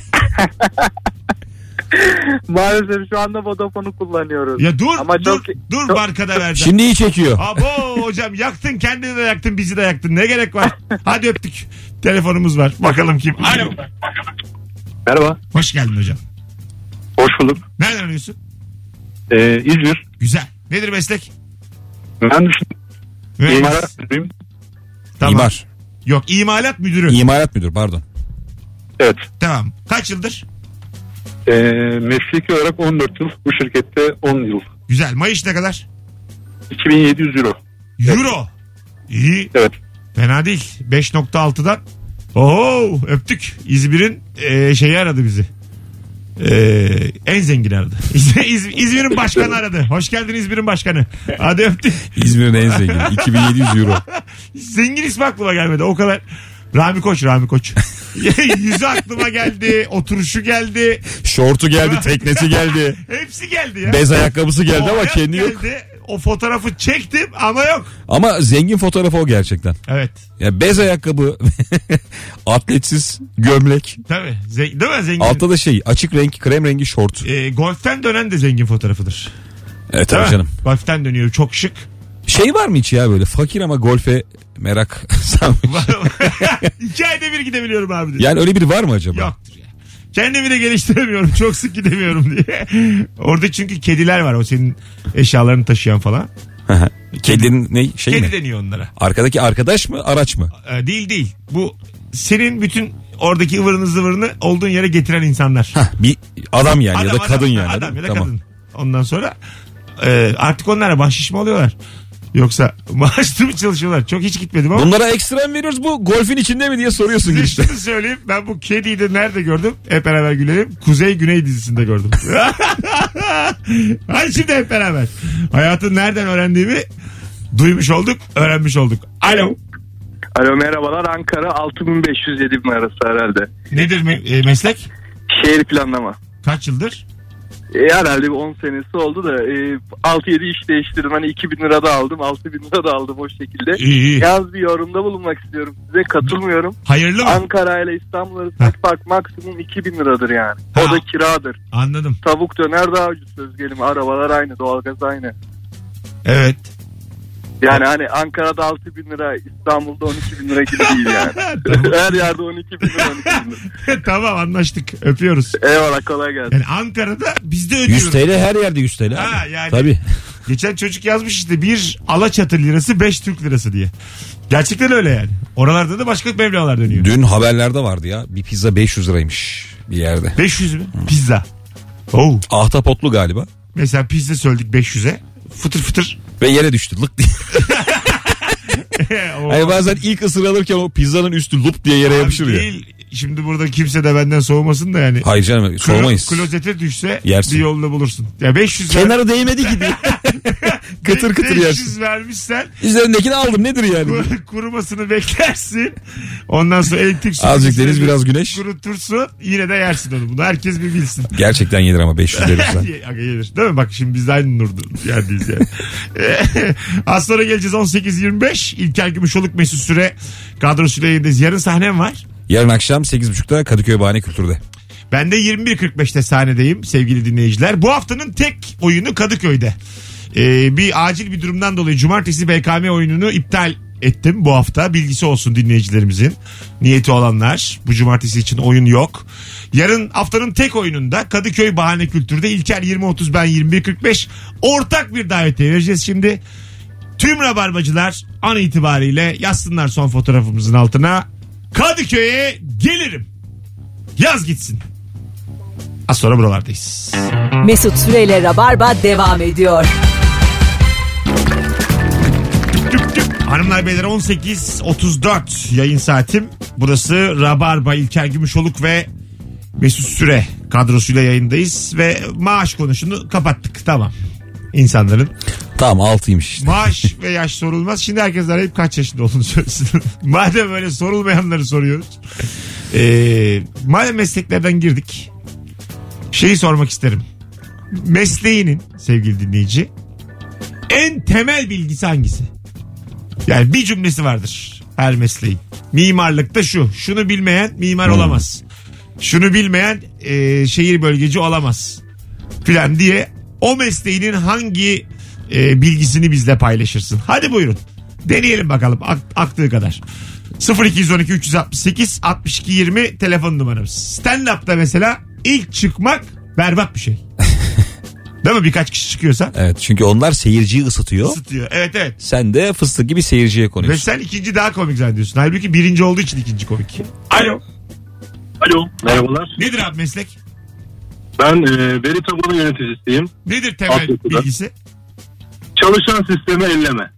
[SPEAKER 8] Maalesef şu anda Vodafone'u kullanıyoruz.
[SPEAKER 2] Ya dur
[SPEAKER 8] Ama
[SPEAKER 2] dur
[SPEAKER 8] çok-
[SPEAKER 2] dur
[SPEAKER 8] çok-
[SPEAKER 2] markada vereceğim.
[SPEAKER 3] Şimdi iyi çekiyor.
[SPEAKER 2] Abo hocam yaktın kendini de yaktın bizi de yaktın. Ne gerek var? Hadi öptük. Telefonumuz var. Bakalım kim? Alo.
[SPEAKER 4] Merhaba.
[SPEAKER 2] Hoş geldin hocam.
[SPEAKER 4] Hoş bulduk.
[SPEAKER 2] Nereden arıyorsun?
[SPEAKER 4] Ee, İzmir.
[SPEAKER 2] Güzel. Nedir meslek?
[SPEAKER 4] Mühendis.
[SPEAKER 2] Mühendis.
[SPEAKER 4] İmalat müdürüyüm.
[SPEAKER 2] Tamam.
[SPEAKER 3] İmar.
[SPEAKER 2] Yok imalat müdürü.
[SPEAKER 3] İmalat müdür pardon.
[SPEAKER 4] Evet.
[SPEAKER 2] Tamam. Kaç yıldır?
[SPEAKER 4] Ee, mesleki olarak on dört yıl. Bu şirkette on yıl.
[SPEAKER 2] Güzel. Maaş ne kadar?
[SPEAKER 4] iki bin yedi yüz euro.
[SPEAKER 2] Euro. İyi.
[SPEAKER 4] Evet.
[SPEAKER 2] Fena değil. beş nokta altıdan. Oo öptük. İzmir'in e, şeyi aradı bizi. E, en zengin aradı. İz, İz, İzmir'in başkanı aradı. Hoş geldin İzmir'in başkanı. Hadi öptük.
[SPEAKER 3] İzmir'in en zengini. iki bin yedi yüz euro.
[SPEAKER 2] Zengin ismi aklıma gelmedi. O kadar. Rami Koç, Rami Koç. Yüzü aklıma geldi. Oturuşu geldi.
[SPEAKER 3] Şortu geldi, teknesi geldi.
[SPEAKER 2] Hepsi geldi ya.
[SPEAKER 3] Bez ayakkabısı geldi
[SPEAKER 2] O
[SPEAKER 3] ama
[SPEAKER 2] hayat
[SPEAKER 3] kendi yok.
[SPEAKER 2] geldi. O fotoğrafı çektim ama yok.
[SPEAKER 3] Ama zengin fotoğrafı o gerçekten.
[SPEAKER 2] Evet.
[SPEAKER 3] Ya bez ayakkabı, atletsiz gömlek.
[SPEAKER 2] Tabii. Zen- değil mi zengin?
[SPEAKER 3] Altta da şey açık renk krem rengi şort.
[SPEAKER 2] E, golften dönen de zengin fotoğrafıdır.
[SPEAKER 3] Evet
[SPEAKER 2] Değil
[SPEAKER 3] tabii
[SPEAKER 2] mi?
[SPEAKER 3] canım.
[SPEAKER 2] Golften dönüyor. Çok şık.
[SPEAKER 3] Şey var mı hiç ya böyle fakir ama golfe merak sarmış.
[SPEAKER 2] İki ayda bir gidebiliyorum abi diyor.
[SPEAKER 3] Yani öyle biri var mı acaba?
[SPEAKER 2] Yoktur ya. Kendimi de geliştiremiyorum. Çok sık gidemiyorum diye. Orada çünkü kediler var. O senin eşyalarını taşıyan falan.
[SPEAKER 3] Kedinin ne şey
[SPEAKER 2] Kedi
[SPEAKER 3] mi?
[SPEAKER 2] deniyor onlara.
[SPEAKER 3] Arkadaki arkadaş mı araç mı?
[SPEAKER 2] Ee, değil değil. Bu senin bütün oradaki ıvırını zıvırını olduğun yere getiren insanlar.
[SPEAKER 3] Bir adam yani
[SPEAKER 2] Adam,
[SPEAKER 3] ya da kadın
[SPEAKER 2] adam,
[SPEAKER 3] yani.
[SPEAKER 2] Adam ya da
[SPEAKER 3] Tamam.
[SPEAKER 2] kadın. Ondan sonra e, artık onlara bahşiş mi alıyorlar? Yoksa maaşlı mı çalışıyorlar? Çok hiç gitmedim ama.
[SPEAKER 3] Bunlara ekstra mı veriyoruz, bu golfün içinde mi diye soruyorsun
[SPEAKER 2] Size
[SPEAKER 3] girişte.
[SPEAKER 2] şunu söyleyeyim. Ben bu kediyi de nerede gördüm? Hep beraber gülelim. Kuzey Güney dizisinde gördüm. Hadi şimdi hep beraber. Hayatın nereden öğrendiğimi duymuş olduk, öğrenmiş olduk. Alo.
[SPEAKER 5] Alo merhabalar, Ankara altı bin beş yüz yedi bin arası herhalde.
[SPEAKER 2] Nedir me- e, meslek?
[SPEAKER 5] Şehir planlama.
[SPEAKER 2] Kaç yıldır?
[SPEAKER 8] E, herhalde bir on senesi oldu da e, altı yedi iş değiştirdim. Hani iki bin lira da aldım, altı bin lira da aldım o şekilde.
[SPEAKER 2] İyi, iyi.
[SPEAKER 8] Yalnız bir yorumda bulunmak istiyorum. Size katılmıyorum.
[SPEAKER 2] Hayırlı mı?
[SPEAKER 8] Ankara ile İstanbul arasındaki fark maksimum iki bin liradır yani.
[SPEAKER 2] Ha.
[SPEAKER 8] O da kiradır.
[SPEAKER 2] Anladım.
[SPEAKER 8] Tavuk döner daha ucuz söz gelimi. Arabalar aynı, doğalgaz aynı.
[SPEAKER 2] Evet.
[SPEAKER 8] Yani hani Ankara'da altı bin lira, İstanbul'da on iki bin lira gibi değil yani. Her yerde on iki bin lira, on iki bin lira.
[SPEAKER 2] Tamam, anlaştık. Öpüyoruz.
[SPEAKER 8] Eyvallah, kolay gelsin.
[SPEAKER 2] Yani Ankara'da biz de ödüyoruz.
[SPEAKER 3] yüz TL her yerde yüz TL.
[SPEAKER 2] Ha,
[SPEAKER 3] abi.
[SPEAKER 2] yani.
[SPEAKER 3] Tabii.
[SPEAKER 2] Geçen çocuk yazmış işte bir Alaçatı lirası beş Türk lirası diye. Gerçekten öyle yani. Oralarda da başka mevlalar dönüyor.
[SPEAKER 3] Dün haberlerde vardı ya. Bir pizza beş yüz liraymış bir yerde.
[SPEAKER 2] beş yüz mü? Pizza. Oo.
[SPEAKER 3] Ahtapotlu galiba.
[SPEAKER 2] Mesela pizza söyledik beş yüze. Fıtır fıtır.
[SPEAKER 3] Ve yere düştü. Lık diye.
[SPEAKER 2] Oo.
[SPEAKER 3] Hani bazen ilk ısır alırken o pizzanın üstü lup diye yere
[SPEAKER 2] Abi
[SPEAKER 3] yapışır ya.
[SPEAKER 2] değil. Şimdi burada kimse de benden soğumasın da yani.
[SPEAKER 3] Hayır canım, soğumayız.
[SPEAKER 2] Klo- klozete düşse
[SPEAKER 3] Yersin.
[SPEAKER 2] bir yolunu bulursun. Ya beş yüz ver-
[SPEAKER 3] Kenarı değmedi ki diye. Kıtır kıtır
[SPEAKER 2] beş yüz
[SPEAKER 3] yersin.
[SPEAKER 2] vermişsen
[SPEAKER 3] Üzerindekini aldım, nedir yani?
[SPEAKER 2] kur- kurumasını beklersin. Ondan sonra elektrik su
[SPEAKER 3] Azıcık
[SPEAKER 2] üstüne
[SPEAKER 3] deniz, biraz güneş.
[SPEAKER 2] kurutursun, yine de yersin onu. Bunu herkes bir bilsin.
[SPEAKER 3] Gerçekten yenir ama beş yüz verirsen.
[SPEAKER 2] Aga gelir. Değil mi? Bak şimdi biz de aynı nurdu yerdeyiz yani. Az sonra geleceğiz on sekiz yirmi beş. İlker Gümüşoluk, Mesut Süre kadrosuyla yayındayız. Yarın sahnem var.
[SPEAKER 3] Yarın akşam sekiz buçukta Kadıköy Bahane Kültür'de.
[SPEAKER 2] Ben de yirmi bir kırk beşte sahnedeyim sevgili dinleyiciler. Bu haftanın tek oyunu Kadıköy'de. Ee, bir acil bir durumdan dolayı cumartesi B K M oyununu iptal ettim bu hafta. Bilgisi olsun dinleyicilerimizin. Niyeti olanlar, bu cumartesi için oyun yok. Yarın haftanın tek oyununda Kadıköy Bahane Kültür'de İlker yirmi otuz, ben yirmi bir kırk beş ortak bir davetiye vereceğiz şimdi. Tüm rabarbacılar an itibariyle yazsınlar son fotoğrafımızın altına. Kadıköy'e gelirim. Yaz gitsin. Az sonra buralardayız.
[SPEAKER 1] Mesut Süreyle Rabarba devam ediyor.
[SPEAKER 2] Tüp tüp. Hanımlar beyler on sekiz otuz dört yayın saatim. Burası Rabarba, İlker Gümüşoluk ve Mesut Süre kadrosuyla yayındayız. Ve maaş konusunu kapattık, tamam. İnsanların
[SPEAKER 3] Tamam, altıymış işte.
[SPEAKER 2] maaş ve yaş sorulmaz. Şimdi herkes arayıp kaç yaşında olduğunu söylesin. Madem öyle sorulmayanları soruyoruz. Ee, madem mesleklerden girdik, şeyi sormak isterim. Mesleğinin, sevgili dinleyici, en temel bilgisi hangisi? Yani bir cümlesi vardır her mesleğin. Mimarlıkta şu. Şunu bilmeyen mimar
[SPEAKER 3] Hmm.
[SPEAKER 2] olamaz. Şunu bilmeyen e, şehir bölgeci olamaz. Filan diye o mesleğinin hangi e, bilgisini bizle paylaşırsın? Hadi buyurun. Deneyelim bakalım ak- aktığı kadar. sıfır iki on iki üç altı sekiz altmış iki yirmi telefon numaramız. Stand-up'ta mesela ilk çıkmak berbat bir şey. Değil mi? Birkaç kişi çıkıyorsa.
[SPEAKER 3] Evet, çünkü onlar seyirciyi ısıtıyor.
[SPEAKER 2] Isıtıyor. Evet evet.
[SPEAKER 3] Sen de fıstık gibi seyirciye
[SPEAKER 2] Ve
[SPEAKER 3] konuyorsun.
[SPEAKER 2] sen ikinci daha komik zannediyorsun. Halbuki birinci olduğu için ikinci komik. Alo.
[SPEAKER 10] Alo. Merhabalar.
[SPEAKER 2] Nedir abi meslek?
[SPEAKER 10] Ben e, veri tabanı yöneticisiyim.
[SPEAKER 2] Nedir temel
[SPEAKER 10] Altyapıda.
[SPEAKER 2] bilgisi?
[SPEAKER 10] Çalışan sistemi elleme.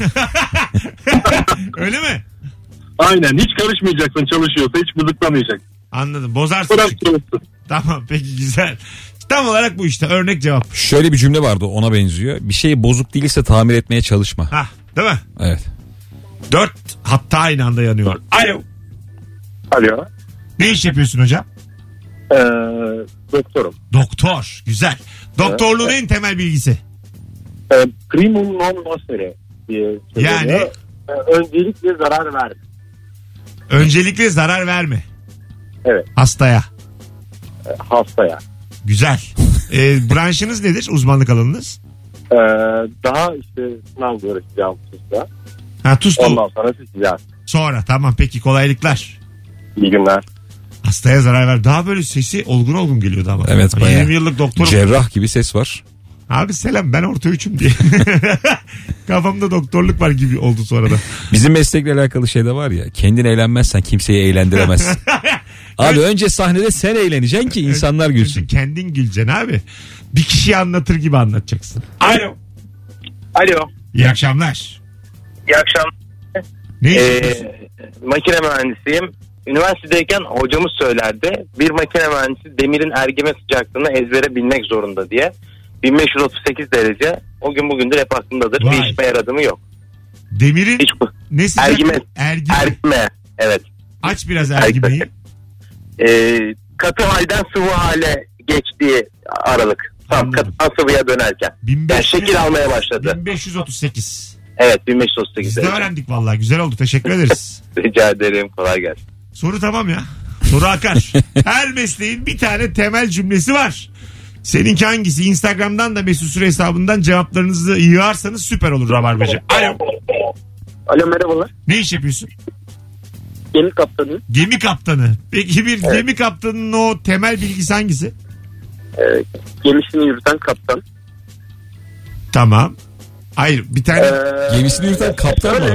[SPEAKER 2] Öyle mi?
[SPEAKER 10] Aynen, hiç karışmayacaksın, çalışıyorsa hiç bızıklamayacaksın.
[SPEAKER 2] Anladım. Bozarsın.
[SPEAKER 10] Bırak çalışsın.
[SPEAKER 2] Tamam peki, güzel. Tam olarak bu işte. Örnek cevap.
[SPEAKER 3] Şöyle bir cümle vardı, ona benziyor. Bir şey bozuk değilse tamir etmeye çalışma.
[SPEAKER 2] Hah, değil mi?
[SPEAKER 3] Evet.
[SPEAKER 2] Dört hatta aynı anda yanıyor. Alo.
[SPEAKER 5] Alo.
[SPEAKER 2] Ne iş yapıyorsun hocam?
[SPEAKER 5] Ee, doktorum.
[SPEAKER 2] Doktor. Güzel. Doktorluğun en temel bilgisi.
[SPEAKER 5] Ee, primum non nocere diye söyleniyor.
[SPEAKER 2] Yani?
[SPEAKER 5] Ee, öncelikle zarar verme.
[SPEAKER 2] Öncelikle zarar verme.
[SPEAKER 5] Evet.
[SPEAKER 2] Hastaya.
[SPEAKER 5] Ee, hastaya.
[SPEAKER 2] Güzel. Ee, branşınız nedir? Uzmanlık alanınız?
[SPEAKER 5] Ee, daha işte sınav görüşeceğim tuzda.
[SPEAKER 2] Ha, tuzlu.
[SPEAKER 5] Ondan sonra seçeceğiz.
[SPEAKER 2] Sonra tamam peki, kolaylıklar.
[SPEAKER 5] İyi günler.
[SPEAKER 2] Hastaya zarar ver. Daha böyle sesi olgun olgun geliyordu ama.
[SPEAKER 3] Evet, bayağı.
[SPEAKER 2] yirmi yıllık doktorum.
[SPEAKER 3] Cerrah gibi ses var.
[SPEAKER 2] Abi selam, ben orta üçüm diye. Kafamda doktorluk var gibi oldu sonra da.
[SPEAKER 3] Bizim meslekle alakalı şey de var ya. Kendin eğlenmezsen kimseyi eğlendiremezsin. Abi
[SPEAKER 2] Evet.
[SPEAKER 3] önce sahnede sen eğleneceksin ki insanlar gülsün.
[SPEAKER 2] Kendin güleceksin abi. Bir kişiyi anlatır gibi anlatacaksın. Alo.
[SPEAKER 5] Alo.
[SPEAKER 2] İyi akşamlar.
[SPEAKER 5] İyi akşamlar.
[SPEAKER 2] Ne iş
[SPEAKER 5] Ee,
[SPEAKER 2] yapıyorsun?
[SPEAKER 5] makine mühendisiyim. Üniversitedeyken hocamız söylerdi. Bir makine mühendisi demirin ergeme sıcaklığını ezbere bilmek zorunda diye. bin beş yüz otuz sekiz derece. O gün bugündür hep aklımdadır.
[SPEAKER 2] Vay.
[SPEAKER 5] Bir işime yaradı mı yok.
[SPEAKER 2] Demirin
[SPEAKER 5] Hiç bu.
[SPEAKER 2] ne sıcak?
[SPEAKER 5] Ergime.
[SPEAKER 2] Ergime.
[SPEAKER 5] Ergime. Evet.
[SPEAKER 2] Aç biraz ergimeyi.
[SPEAKER 5] Ee, katı halden sıvı hale geçtiği aralık.
[SPEAKER 11] Tam
[SPEAKER 2] Anladım.
[SPEAKER 11] katılan sıvıya dönerken.
[SPEAKER 2] bin beş yüz,
[SPEAKER 11] Yani şekil almaya başladı.
[SPEAKER 2] bin beş yüz otuz sekiz.
[SPEAKER 11] Evet bin beş yüz otuz sekiz.
[SPEAKER 2] Biz de öğrendik vallahi. Güzel oldu. Teşekkür ederiz.
[SPEAKER 11] Rica ederim. Kolay gelsin.
[SPEAKER 2] Soru tamam ya. Soru akar. Her mesleğin bir tane temel cümlesi var. Seninki hangisi? Instagram'dan da Mesut Süre hesabından cevaplarınızı yığarsanız süper olur Rabarbacı. Alo.
[SPEAKER 12] Alo merhabalar.
[SPEAKER 2] Ne iş yapıyorsun?
[SPEAKER 12] Gemi kaptanı.
[SPEAKER 2] Gemi kaptanı. Peki bir evet. Gemi kaptanının o temel bilgisi hangisi?
[SPEAKER 12] Ee, gemisini yürüten kaptan.
[SPEAKER 2] Tamam. Hayır bir tane.
[SPEAKER 12] Ee,
[SPEAKER 3] Gemisini yürüten kaptan mı?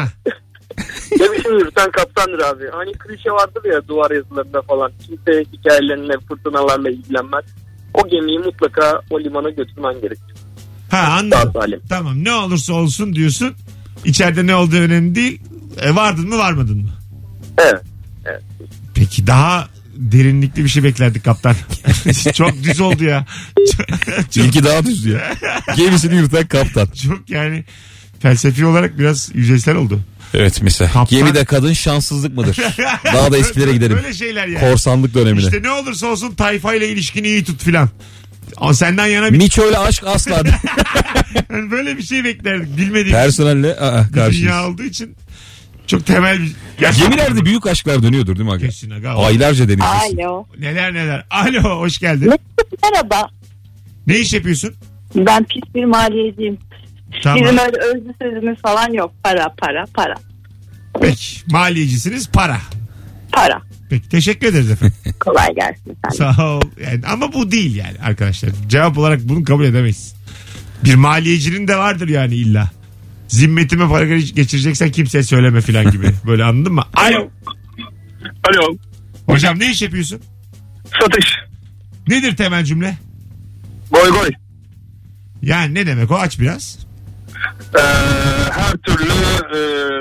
[SPEAKER 12] Gemisini yürüten kaptandır abi. Hani klişe vardır ya duvar yazılarında falan. Kimse hikayelerine, fırtınalarla ilgilenmez. O gemiyi mutlaka o limana götürmen gerekir.
[SPEAKER 2] Ha anladım. Tamam ne olursa olsun diyorsun. İçeride ne olduğu önemli değil. E, vardın mı varmadın mı?
[SPEAKER 12] Evet. evet.
[SPEAKER 2] Peki daha derinlikli bir şey beklerdik kaptan. Çok düz oldu ya.
[SPEAKER 3] Çok, İlki daha düz ya. Gemisini yürüten kaptan.
[SPEAKER 2] Çok yani felsefi olarak biraz yüzeysel oldu.
[SPEAKER 3] Evet mesela. Kaptan... Gemide kadın şanssızlık mıdır? Daha da eskilere gidelim.
[SPEAKER 2] Böyle şeyler yani.
[SPEAKER 3] Korsanlık dönemine.
[SPEAKER 2] İşte ne olursa olsun tayfayla ilişkini iyi tut filan. O senden yana bir...
[SPEAKER 3] Miço'yla aşk asla.
[SPEAKER 2] Yani böyle bir şey beklerdik. Bilmediğimiz
[SPEAKER 3] personelle aa, karşıyız.
[SPEAKER 2] Dünya olduğu için çok temel bir...
[SPEAKER 3] Gerçekten... Gemilerde büyük aşklar dönüyordur değil mi?
[SPEAKER 2] Kesin aga.
[SPEAKER 3] Aylarca deniz.
[SPEAKER 6] Alo.
[SPEAKER 2] Neler neler. Alo hoş geldin.
[SPEAKER 6] Merhaba.
[SPEAKER 2] Ne iş yapıyorsun?
[SPEAKER 6] Ben pis bir maliyeciyim.
[SPEAKER 2] Tamam.
[SPEAKER 6] Bizim öyle özlü sözümüz falan yok. Para para para.
[SPEAKER 2] Peki maliyecisiniz para.
[SPEAKER 6] Para.
[SPEAKER 2] Peki teşekkür ederiz efendim.
[SPEAKER 6] Kolay gelsin. Sen.
[SPEAKER 2] Sağ ol. Yani, ama bu değil yani arkadaşlar. Cevap olarak bunu kabul edemeyiz. Bir maliyecinin de vardır yani illa. Zimmetime para geçireceksen kimseye söyleme filan gibi. Böyle anladın mı? Alo.
[SPEAKER 10] Alo.
[SPEAKER 2] Hocam ne iş yapıyorsun?
[SPEAKER 10] Satış.
[SPEAKER 2] Nedir temel cümle?
[SPEAKER 10] Goy goy.
[SPEAKER 2] Yani ne demek o aç biraz.
[SPEAKER 10] Ee, her türlü e,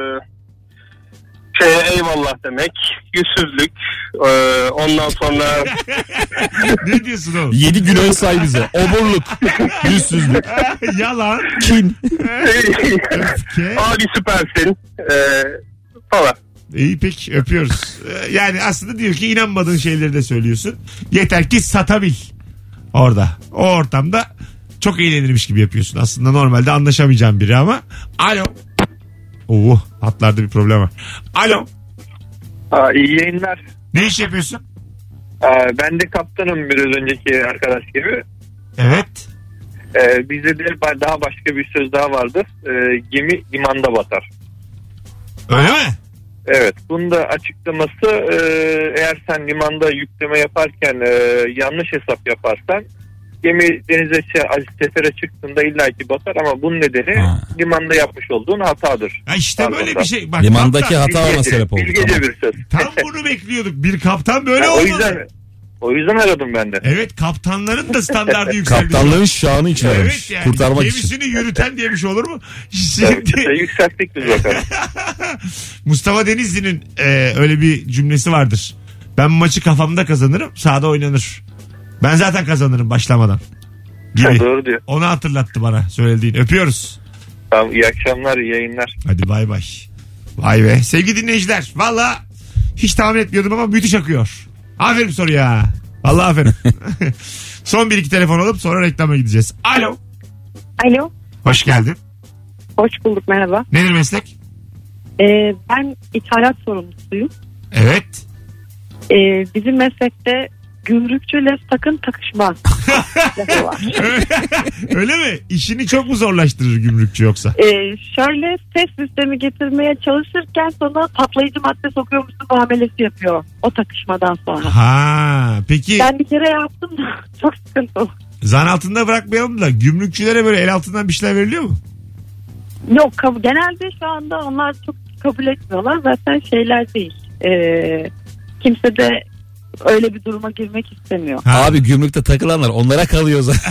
[SPEAKER 10] şeye eyvallah demek. Yüzsüzlük. E, ondan sonra...
[SPEAKER 2] Ne diyorsun oğlum?
[SPEAKER 3] Yedi günah say bize. Oburluk. Yüzsüzlük.
[SPEAKER 2] Yalan.
[SPEAKER 3] Kin.
[SPEAKER 10] Abi süpersin. E, falan.
[SPEAKER 2] İyi peki öpüyoruz. Yani aslında diyor ki inanmadığın şeyleri de söylüyorsun. Yeter ki satabil. Orada. O ortamda çok eğlenirmiş gibi yapıyorsun. Aslında normalde anlaşamayacağım biri ama. Alo. Oo, hatlarda bir problem var. Alo.
[SPEAKER 5] Aa, iyi yayınlar.
[SPEAKER 2] Ne iş yapıyorsun?
[SPEAKER 5] Aa, ben de kaptanım biraz önceki arkadaş gibi.
[SPEAKER 2] Evet.
[SPEAKER 5] Ee, bizde de daha başka bir söz daha vardır. Ee, gemi limanda batar.
[SPEAKER 2] Öyle mi?
[SPEAKER 5] Evet. Bunun da açıklaması e, eğer sen limanda yükleme yaparken e, yanlış hesap yaparsan gemi denize sefere çıktığında illaki batar ama bunun nedeni ha. limanda yapmış olduğun hatadır.
[SPEAKER 2] Ha işte böyle bir şey. Bak,
[SPEAKER 3] limandaki
[SPEAKER 2] kaptan,
[SPEAKER 3] hata olma sebep oldu.
[SPEAKER 5] Bilgece
[SPEAKER 3] tamam.
[SPEAKER 5] bir söz.
[SPEAKER 2] Tam bunu bekliyorduk. Bir kaptan böyle
[SPEAKER 5] yani
[SPEAKER 2] olmalı.
[SPEAKER 5] O yüzden, o yüzden aradım ben de.
[SPEAKER 2] Evet kaptanların da standartı yükseldi.
[SPEAKER 3] Kaptanların şanı için
[SPEAKER 2] evet,
[SPEAKER 3] aramış.
[SPEAKER 2] Yani,
[SPEAKER 3] kurtarmak
[SPEAKER 2] gemisini
[SPEAKER 3] için.
[SPEAKER 2] Gemisini yürüten diye bir şey olur mu?
[SPEAKER 5] Şimdi... Evet, yükselttik biz bakalım.
[SPEAKER 2] Mustafa Denizli'nin e, öyle bir cümlesi vardır. Ben maçı kafamda kazanırım, sahada oynanır. Ben zaten kazanırım başlamadan. Gibi.
[SPEAKER 5] Doğru diyor.
[SPEAKER 2] Onu hatırlattı bana söylediğin. Öpüyoruz.
[SPEAKER 5] Tamam, iyi akşamlar, iyi yayınlar.
[SPEAKER 2] Hadi bay bay. Vay be. Sevgili dinleyiciler. Valla hiç tahmin etmiyordum ama müthiş akıyor. Aferin soruya. Vallahi aferin. Son bir iki telefon alıp sonra reklama gideceğiz. Alo.
[SPEAKER 6] Alo.
[SPEAKER 2] Hoş geldin.
[SPEAKER 6] Hoş bulduk, merhaba.
[SPEAKER 2] Nedir meslek?
[SPEAKER 6] Ee, ben ithalat sorumlusuyum.
[SPEAKER 2] Evet.
[SPEAKER 6] Ee, bizim meslekte gümrükçüyle sakın takışma.
[SPEAKER 2] Öyle mi? İşini çok mu zorlaştırır gümrükçü yoksa?
[SPEAKER 6] Ee, şöyle ses sistemi getirmeye çalışırken sonra patlayıcı madde sokuyormuşsun muamelesi yapıyor o takışmadan sonra.
[SPEAKER 2] Ha, peki.
[SPEAKER 6] Ben bir kere yaptım da çok sıkıntı.
[SPEAKER 2] Zan altında bırakmayalım da gümrükçülere böyle el altından bir şeyler veriliyor mu?
[SPEAKER 6] Yok, kab- genelde şu anda onlar çok kabul etmiyorlar. Zaten şeyler değil. Ee, kimse de öyle bir duruma girmek istemiyor.
[SPEAKER 3] Ha. Abi gümrükte takılanlar onlara kalıyor zaten.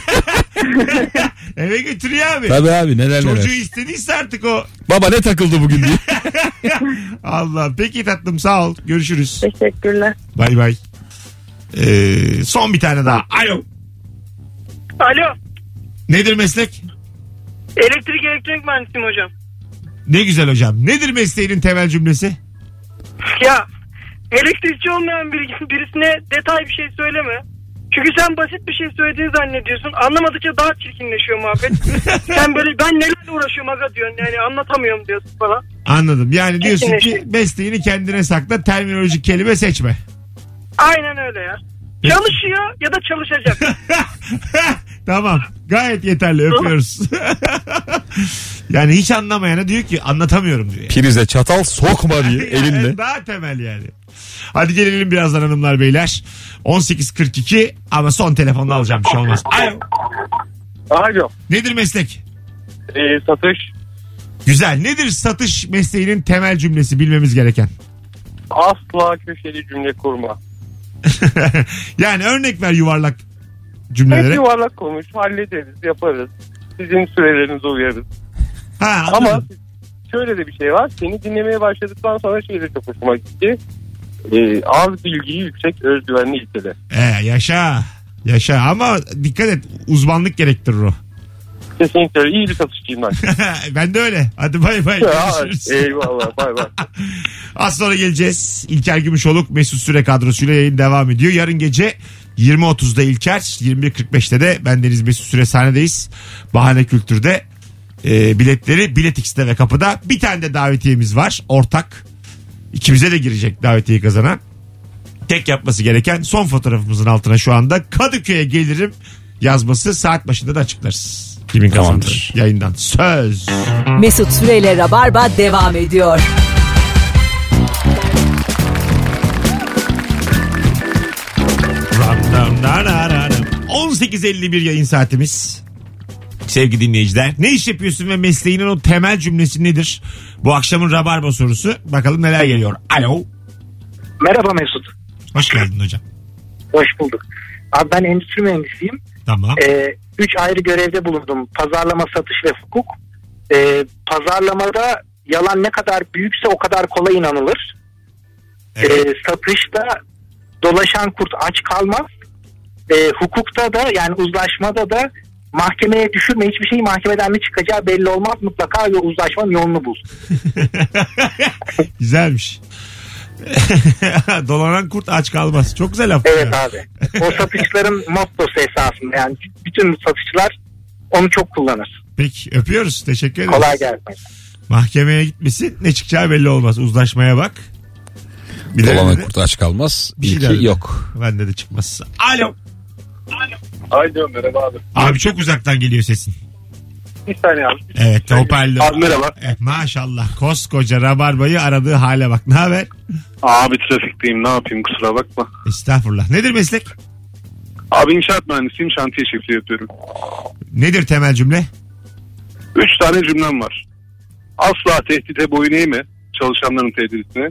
[SPEAKER 2] Eve götürüyor abi.
[SPEAKER 3] Tabii abi neler neler.
[SPEAKER 2] Çocuğu istediyse artık o.
[SPEAKER 3] Baba ne takıldı bugün diye.
[SPEAKER 2] Allah, peki tatlım, sağ ol. Görüşürüz.
[SPEAKER 6] Teşekkürler.
[SPEAKER 2] Bay bay. Ee, son bir tane daha. Alo.
[SPEAKER 13] Alo.
[SPEAKER 2] Nedir meslek?
[SPEAKER 13] Elektrik elektronik mühendisiyim hocam.
[SPEAKER 2] Ne güzel hocam. Nedir mesleğinin temel cümlesi?
[SPEAKER 13] Ya elektrikçi olmayan bir, birisine detay bir şey söyleme. Çünkü sen basit bir şey söylediğini zannediyorsun. Anlamadıkça daha çirkinleşiyor muhabbet. Sen böyle ben nelerle uğraşıyorum aga diyorsun. Yani anlatamıyorum diyorsun falan.
[SPEAKER 2] Anladım. Yani diyorsun ki mesleğini kendine sakla, terminolojik kelime seçme.
[SPEAKER 13] Aynen öyle ya. Çalışıyor ya da çalışacak.
[SPEAKER 2] Tamam. Gayet yeterli. Öpüyoruz. Yani hiç anlamayana diyor ki anlatamıyorum diyor. Yani.
[SPEAKER 3] Prize çatal sokma diye elinle.
[SPEAKER 2] Yani daha temel yani. Hadi gelelim birazdan hanımlar beyler. on sekiz kırk iki ama son telefonla alacağım, bir şey olmaz. Alo.
[SPEAKER 4] Alo.
[SPEAKER 2] Nedir meslek?
[SPEAKER 4] Ee, satış.
[SPEAKER 2] Güzel. Nedir satış mesleğinin temel cümlesi bilmemiz gereken?
[SPEAKER 4] Asla köşeli cümle kurma.
[SPEAKER 2] Yani örnek ver yuvarlak cümlelere.
[SPEAKER 4] Hep yuvarlak konuş, hallederiz, yaparız. Sizin sürelerinize uyarız.
[SPEAKER 2] Ha,
[SPEAKER 4] ama şöyle de bir şey var. Seni dinlemeye başladıktan sonra şey de çok hoşuma gitti. Ee, az bilgiyi yüksek özgüvenli hisseder.
[SPEAKER 2] Ee, yaşa. Yaşa ama dikkat et, uzmanlık gerektirir o.
[SPEAKER 4] Kesinlikle iyi bir satışçıyım ben.
[SPEAKER 2] Ben de öyle. Hadi bay bay.
[SPEAKER 4] Eyvallah, bay bay.
[SPEAKER 2] Az sonra geleceğiz. İlker Gümüşoluk Mesut Süre kadrosuyla yayın devam ediyor. Yarın gece yirmi otuzda İlker, yirmi bir kırk beşte de bendeniz Mesut Süre sahnedeyiz. Bahane Kültür'de e, biletleri Bilet X'te ve kapıda. Bir tane de davetiyemiz var. Ortak. İkimize de girecek davetiyeyi kazanan. Tek yapması gereken son fotoğrafımızın altına şu anda Kadıköy'e gelirim yazması, saat başında da açıklarız. Kimin kazandı yayından. Söz.
[SPEAKER 1] Mesut Süreyle Rabarba devam ediyor.
[SPEAKER 2] on sekiz elli bir yayın saatimiz. Sevgili dinleyiciler, ne iş yapıyorsun ve mesleğinin o temel cümlesi nedir? Bu akşamın Rabarba sorusu. Bakalım neler geliyor. Alo.
[SPEAKER 14] Merhaba Mesut.
[SPEAKER 2] Hoş geldin hocam.
[SPEAKER 14] Hoş bulduk. Abi ben endüstri mühendisiyim.
[SPEAKER 2] Tamam.
[SPEAKER 14] Ee, üç ayrı görevde bulundum. Pazarlama, satış ve hukuk. Ee, pazarlamada yalan ne kadar büyükse o kadar kolay inanılır. Evet. Ee, satışta dolaşan kurt aç kalmaz. Ee, hukukta da yani uzlaşmada da mahkemeye düşürme, hiçbir şeyi mahkemeden ne çıkacağı belli olmaz. Mutlaka uzlaşmanın yolunu bul.
[SPEAKER 2] Güzelmiş. Dolanan kurt aç kalmaz. Çok güzel laf.
[SPEAKER 14] Evet ya. Abi. O satışların mottosu esasında. Yani bütün satışçılar onu çok kullanır.
[SPEAKER 2] Peki öpüyoruz. Teşekkür ederiz.
[SPEAKER 14] Kolay gelsin.
[SPEAKER 2] Mahkemeye gitmesin, ne çıkacağı belli olmaz. Uzlaşmaya bak.
[SPEAKER 3] Bir Dolanan kurt aç kalmaz. Bir şey iki yok.
[SPEAKER 2] Bende de çıkmaz. Alo.
[SPEAKER 4] Alo. Alo merhaba abi.
[SPEAKER 2] Abi çok uzaktan geliyor sesin.
[SPEAKER 4] Bir saniye abi.
[SPEAKER 2] Evet hoparlör.
[SPEAKER 4] Abi merhaba.
[SPEAKER 2] Evet, maşallah koskoca Rabarba'yı aradığı hale bak. Ne haber?
[SPEAKER 4] Abi trafikteyim, ne yapayım, kusura bakma.
[SPEAKER 2] Estağfurullah. Nedir meslek?
[SPEAKER 4] Abi inşaat mühendisiyim, şantiye şefliği yapıyorum.
[SPEAKER 2] Nedir temel cümle?
[SPEAKER 4] Üç tane cümlem var. Asla tehdide boyun eğme çalışanların tehditine.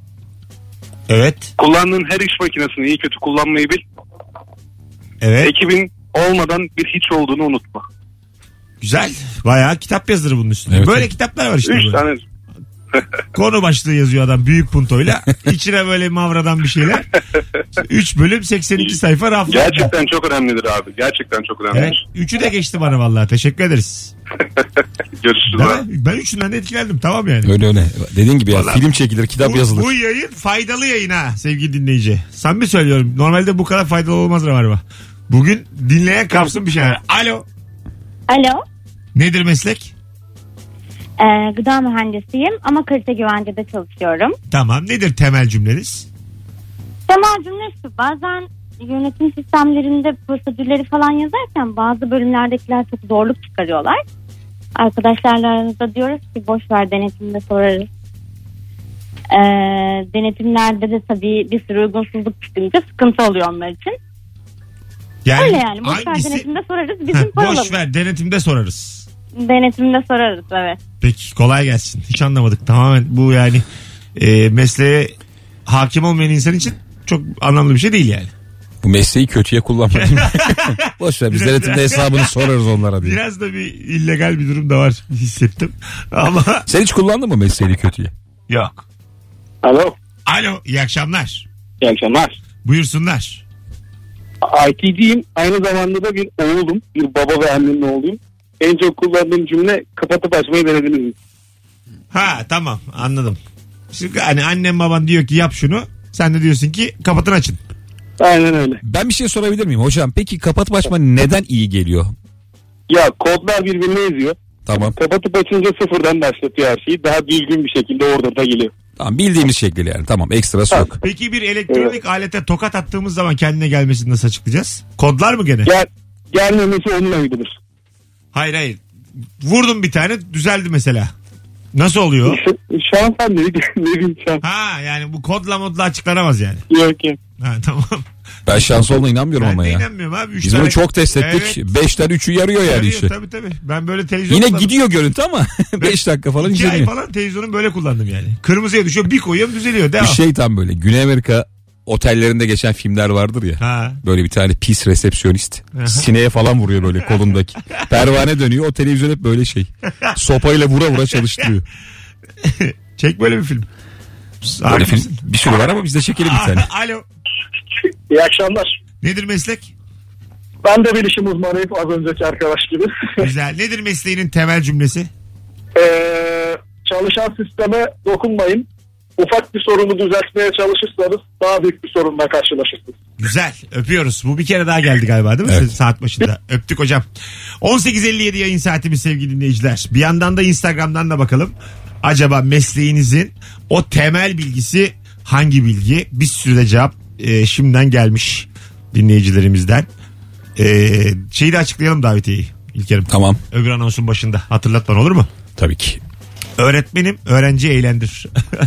[SPEAKER 2] Evet.
[SPEAKER 4] Kullandığın her iş makinesini iyi kötü kullanmayı bil.
[SPEAKER 2] Evet.
[SPEAKER 4] Ekibin olmadan bir hiç olduğunu unutma.
[SPEAKER 2] Güzel. Bayağı kitap yazılır bunun üstüne. Evet. Böyle kitaplar var işte.
[SPEAKER 4] Üç
[SPEAKER 2] böyle.
[SPEAKER 4] tane.
[SPEAKER 2] Konu başlığı yazıyor adam büyük puntoyla. İçine böyle mavradan bir şeyler. Üç bölüm seksen iki sayfa raflı.
[SPEAKER 4] Gerçekten çok önemlidir abi. Gerçekten çok önemlidir.
[SPEAKER 2] Evet. Üçü de geçti bana vallahi. Teşekkür ederiz.
[SPEAKER 4] Görüşürüz.
[SPEAKER 2] Ben üçünden de etkilendim. Tamam yani.
[SPEAKER 3] Öyle öyle. Dediğin gibi ya vallahi, film çekilir, kitap
[SPEAKER 2] bu,
[SPEAKER 3] yazılır.
[SPEAKER 2] Bu yayın faydalı yayın ha sevgili dinleyici. Samimi söylüyorum. Normalde bu kadar faydalı olmaz galiba. Bugün dinleyen kapsın bir şeyler. Alo.
[SPEAKER 15] Alo.
[SPEAKER 2] Nedir meslek?
[SPEAKER 15] Ee, gıda mühendisiyim ama kalite güvencede çalışıyorum.
[SPEAKER 2] Tamam. Nedir temel cümleniz?
[SPEAKER 15] Temel cümle şu. Bazen yönetim sistemlerinde prosedürleri falan yazarken bazı bölümlerdekiler çok zorluk çıkarıyorlar. Arkadaşlarla aramızda diyoruz ki boş ver, denetimde sorarız. Ee, denetimlerde de tabii bir sürü uygunsuzluk çıkınca sıkıntı oluyor onlar için. Yani öyle yani. Boş hangisi? Ver, denetimde sorarız. Bizim paralarımız.
[SPEAKER 2] Boş ver, denetimde sorarız.
[SPEAKER 15] Denetimde sorarız, evet.
[SPEAKER 2] Peki kolay gelsin. Hiç anlamadık. Tamamen bu yani e, mesleğe hakim olmayan insan için çok anlamlı bir şey değil yani.
[SPEAKER 3] Bu mesleği kötüye kullanma değil mi? Boş ver, biz biraz denetimde biraz, hesabını sorarız onlara diye.
[SPEAKER 2] Biraz da bir illegal bir durum da var hissettim. Ama
[SPEAKER 3] sen hiç kullandın mı mesleği kötüye?
[SPEAKER 2] Yok.
[SPEAKER 14] Alo.
[SPEAKER 2] Alo, iyi akşamlar.
[SPEAKER 14] İyi akşamlar.
[SPEAKER 2] Buyursunlar.
[SPEAKER 14] I T'ciyim. Aynı zamanda da bir oğlum. Bir baba ve annenin oğluyum. En çok kullandığım cümle kapatıp açmayı denediniz mi?
[SPEAKER 2] Ha tamam, anladım. Şimdi hani annem baban diyor ki yap şunu. Sen de diyorsun ki kapatın açın.
[SPEAKER 16] Aynen öyle.
[SPEAKER 3] Ben bir şey sorabilir miyim hocam? Peki kapatıp açma neden iyi geliyor?
[SPEAKER 16] Ya kodlar birbirini yazıyor.
[SPEAKER 3] Tamam.
[SPEAKER 16] Kapatıp açınca sıfırdan başlatıyor her şeyi. Daha düzgün bir şekilde orada da geliyor.
[SPEAKER 3] Tamam, bildiğimiz şekli yani. Tamam, ekstrası yok.
[SPEAKER 2] Peki bir elektronik evet. alete tokat attığımız zaman kendine gelmesini nasıl açıklayacağız? Kodlar mı gene?
[SPEAKER 16] Gel, gelmemesi onunla ilgilidir.
[SPEAKER 2] Hayır hayır. Vurdum bir tane düzeldi mesela. Nasıl oluyor?
[SPEAKER 16] Şu, şu an sen ne, ne bileyim şu an.
[SPEAKER 2] Ha yani bu kodla modla açıklanamaz yani.
[SPEAKER 16] Yok yok.
[SPEAKER 2] Ha tamam.
[SPEAKER 3] Ben şans olduğuna inanmıyorum
[SPEAKER 2] ben
[SPEAKER 3] ama ya.
[SPEAKER 2] Ben inanmıyorum abi.
[SPEAKER 3] Biz bunu çok test ettik. Evet. Beşten üçü yarıyor yani
[SPEAKER 2] yarıyor,
[SPEAKER 3] işi.
[SPEAKER 2] Tabii tabii. Ben böyle televizyon
[SPEAKER 3] Yine
[SPEAKER 2] kullandım.
[SPEAKER 3] gidiyor görüntü ama beş dakika falan
[SPEAKER 2] İki
[SPEAKER 3] izleniyor.
[SPEAKER 2] ay falan televizyonu böyle kullandım yani. Kırmızıya düşüyor, bir koyuyorum düzeliyor. Devam.
[SPEAKER 3] Bir şey tam böyle. Güney Amerika otellerinde geçen filmler vardır ya. Ha. Böyle bir tane pis resepsiyonist. Aha. Sineğe falan vuruyor böyle kolundaki. Pervane dönüyor. O televizyon hep böyle şey. Sopayla vura vura çalıştırıyor.
[SPEAKER 2] Çek böyle bir film.
[SPEAKER 3] Böyle film bir sürü var ama biz de çekelim bir tane.
[SPEAKER 2] Alo.
[SPEAKER 16] İyi akşamlar.
[SPEAKER 2] Nedir meslek?
[SPEAKER 16] Ben de bilişim uzmanıyım az önceki arkadaş gibi.
[SPEAKER 2] Güzel. Nedir mesleğinin temel cümlesi?
[SPEAKER 16] Ee, çalışan sisteme dokunmayın. Ufak bir sorunu düzeltmeye çalışırsanız daha büyük bir sorunla karşılaşırsınız.
[SPEAKER 2] Güzel. Öpüyoruz. Bu bir kere daha geldi galiba değil mi? Evet. Saat başında. Öptük hocam. on sekiz elli yedi yayın saatimiz sevgili dinleyiciler. Bir yandan da Instagram'dan da bakalım. Acaba mesleğinizin o temel bilgisi hangi bilgi? Bir sürü de cevap e, şimdiden gelmiş dinleyicilerimizden. E, şeyi de açıklayalım davetiyeyi İlker'im.
[SPEAKER 3] Tamam.
[SPEAKER 2] Öbür anonsun başında. Hatırlatman olur mu?
[SPEAKER 3] Tabii ki.
[SPEAKER 2] Öğretmenim, öğrenci eğlendir.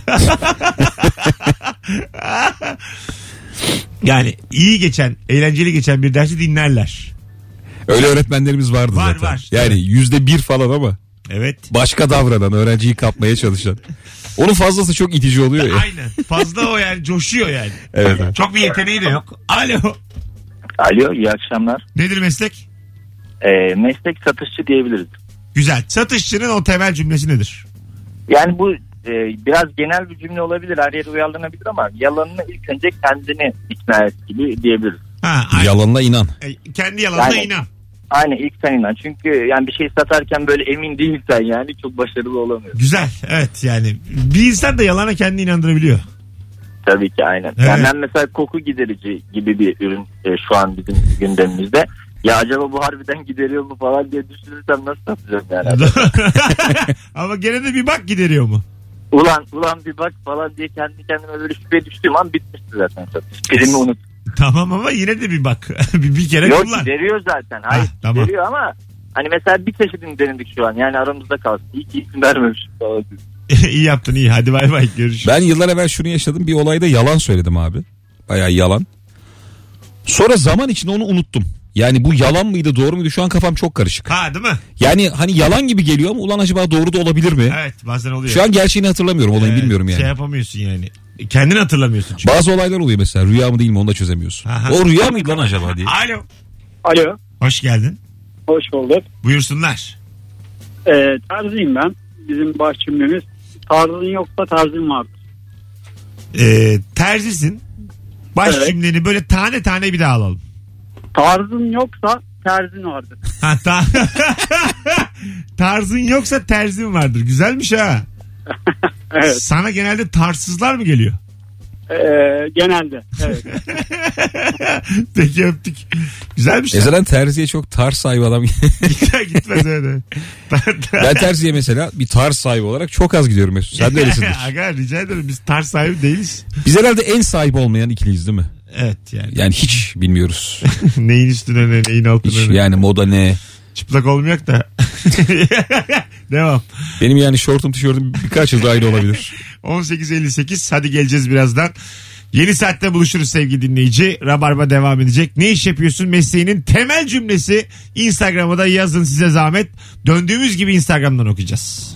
[SPEAKER 2] Yani iyi geçen, eğlenceli geçen bir dersi dinlerler.
[SPEAKER 3] Öyle öğretmenlerimiz vardı
[SPEAKER 2] var,
[SPEAKER 3] zaten.
[SPEAKER 2] Var,
[SPEAKER 3] yani yüzde bir falan ama.
[SPEAKER 2] Evet.
[SPEAKER 3] Başka davranan, öğrenciyi kapmaya çalışan. Onun fazlası çok itici oluyor ya.
[SPEAKER 2] Aynen. Fazla o yani, coşuyor yani.
[SPEAKER 3] Evet. evet.
[SPEAKER 2] Çok bir yeteneği de yok. Alo.
[SPEAKER 17] Alo, iyi akşamlar.
[SPEAKER 2] Nedir meslek?
[SPEAKER 17] Ee, meslek satışçı diyebiliriz.
[SPEAKER 2] Güzel. Satışçının o temel cümlesi nedir?
[SPEAKER 17] Yani bu e, biraz genel bir cümle olabilir. Her yere uyarlanabilir ama yalanını ilk önce kendini ikna et gibi diyebiliriz.
[SPEAKER 2] Ha,
[SPEAKER 3] yalanına inan.
[SPEAKER 2] E, kendi yalanına
[SPEAKER 17] yani,
[SPEAKER 2] inan.
[SPEAKER 17] Aynen, ilk sen inan. Çünkü yani bir şey satarken böyle emin değilsen yani çok başarılı olamıyorsun.
[SPEAKER 2] Güzel. Evet yani bir insan da yalana kendini inandırabiliyor.
[SPEAKER 17] Tabii ki aynen. Evet. Yani ben mesela koku giderici gibi bir ürün e, şu an bizim gündemimizde. Ya acaba bu harbiden gideriyor mu falan diye düşünürsem nasıl satacağım yani?
[SPEAKER 2] Ama gene de bir bak gideriyor mu?
[SPEAKER 17] Ulan ulan bir bak falan diye kendi kendime böyle şüphe düştüğüm an bitmişti zaten satış. Birimi unut.
[SPEAKER 2] Tamam ama yine de bir bak. bir, bir kere
[SPEAKER 17] Yok,
[SPEAKER 2] kullan.
[SPEAKER 17] Yok gideriyor zaten. Hayır ha, tamam. Gideriyor ama hani mesela bir çeşidini denedik şu an. Yani aramızda kalsın. İyi ki isim vermemişim falan.
[SPEAKER 2] İyi yaptın iyi. Hadi bay bay görüşürüz.
[SPEAKER 3] Ben yıllar evvel şunu yaşadım. Bir olayda yalan söyledim abi. Bayağı yalan. Sonra zaman içinde onu unuttum. Yani bu yalan mıydı doğru muydu şu an kafam çok karışık.
[SPEAKER 2] Ha değil mi?
[SPEAKER 3] Yani hani yalan gibi geliyor ama ulan acaba doğru da olabilir mi?
[SPEAKER 2] Evet bazen oluyor.
[SPEAKER 3] Şu an gerçeğini hatırlamıyorum olayı evet, bilmiyorum yani.
[SPEAKER 2] Şey yapamıyorsun yani. Kendini hatırlamıyorsun çünkü.
[SPEAKER 3] Bazı olaylar oluyor mesela rüya mı değil mi onu da çözemiyorsun. Aha. O rüya mıydı lan acaba diye.
[SPEAKER 2] Alo.
[SPEAKER 16] Alo.
[SPEAKER 2] Hoş geldin.
[SPEAKER 16] Hoş bulduk.
[SPEAKER 2] Buyursunlar.
[SPEAKER 16] Ee, tarzıyım ben. Bizim baş cümlemiz tarzın yoksa tarzın vardır.
[SPEAKER 2] Ee, terzisin. Baş
[SPEAKER 16] evet.
[SPEAKER 2] cümleni böyle tane tane bir daha alalım.
[SPEAKER 16] Tarzın yoksa terzin vardır.
[SPEAKER 2] Ha, ta- tarzın yoksa terzin vardır. Güzelmiş ha.
[SPEAKER 16] Evet.
[SPEAKER 2] Sana genelde tarzsızlar mı geliyor?
[SPEAKER 16] Ee, genelde. Evet.
[SPEAKER 2] Peki öptük. Güzelmiş.
[SPEAKER 3] Mesela terziye çok tarz sahibi adam.
[SPEAKER 2] Gitmez öyle.
[SPEAKER 3] Ben terziye mesela bir tarz sahibi olarak çok az gidiyorum Mesut. Sen de öylesindir.
[SPEAKER 2] Aga rica ederim biz tarz sahibi değiliz.
[SPEAKER 3] Biz herhalde en sahibi olmayan ikiliyiz değil mi?
[SPEAKER 2] Evet yani.
[SPEAKER 3] Yani hiç bilmiyoruz.
[SPEAKER 2] Neyin üstüne ne, neyin altına
[SPEAKER 3] hiç,
[SPEAKER 2] ne.
[SPEAKER 3] Yani moda ne.
[SPEAKER 2] Çıplak olmayak da. Devam.
[SPEAKER 3] Benim yani şortum tişörtüm birkaç yılda aynı olabilir.
[SPEAKER 2] on sekiz elli sekiz hadi geleceğiz birazdan. Yeni saatte buluşuruz sevgili dinleyici. Rabarba devam edecek. Ne iş yapıyorsun? Mesleğinin temel cümlesi Instagram'a da yazın size zahmet. Döndüğümüz gibi Instagram'dan okuyacağız.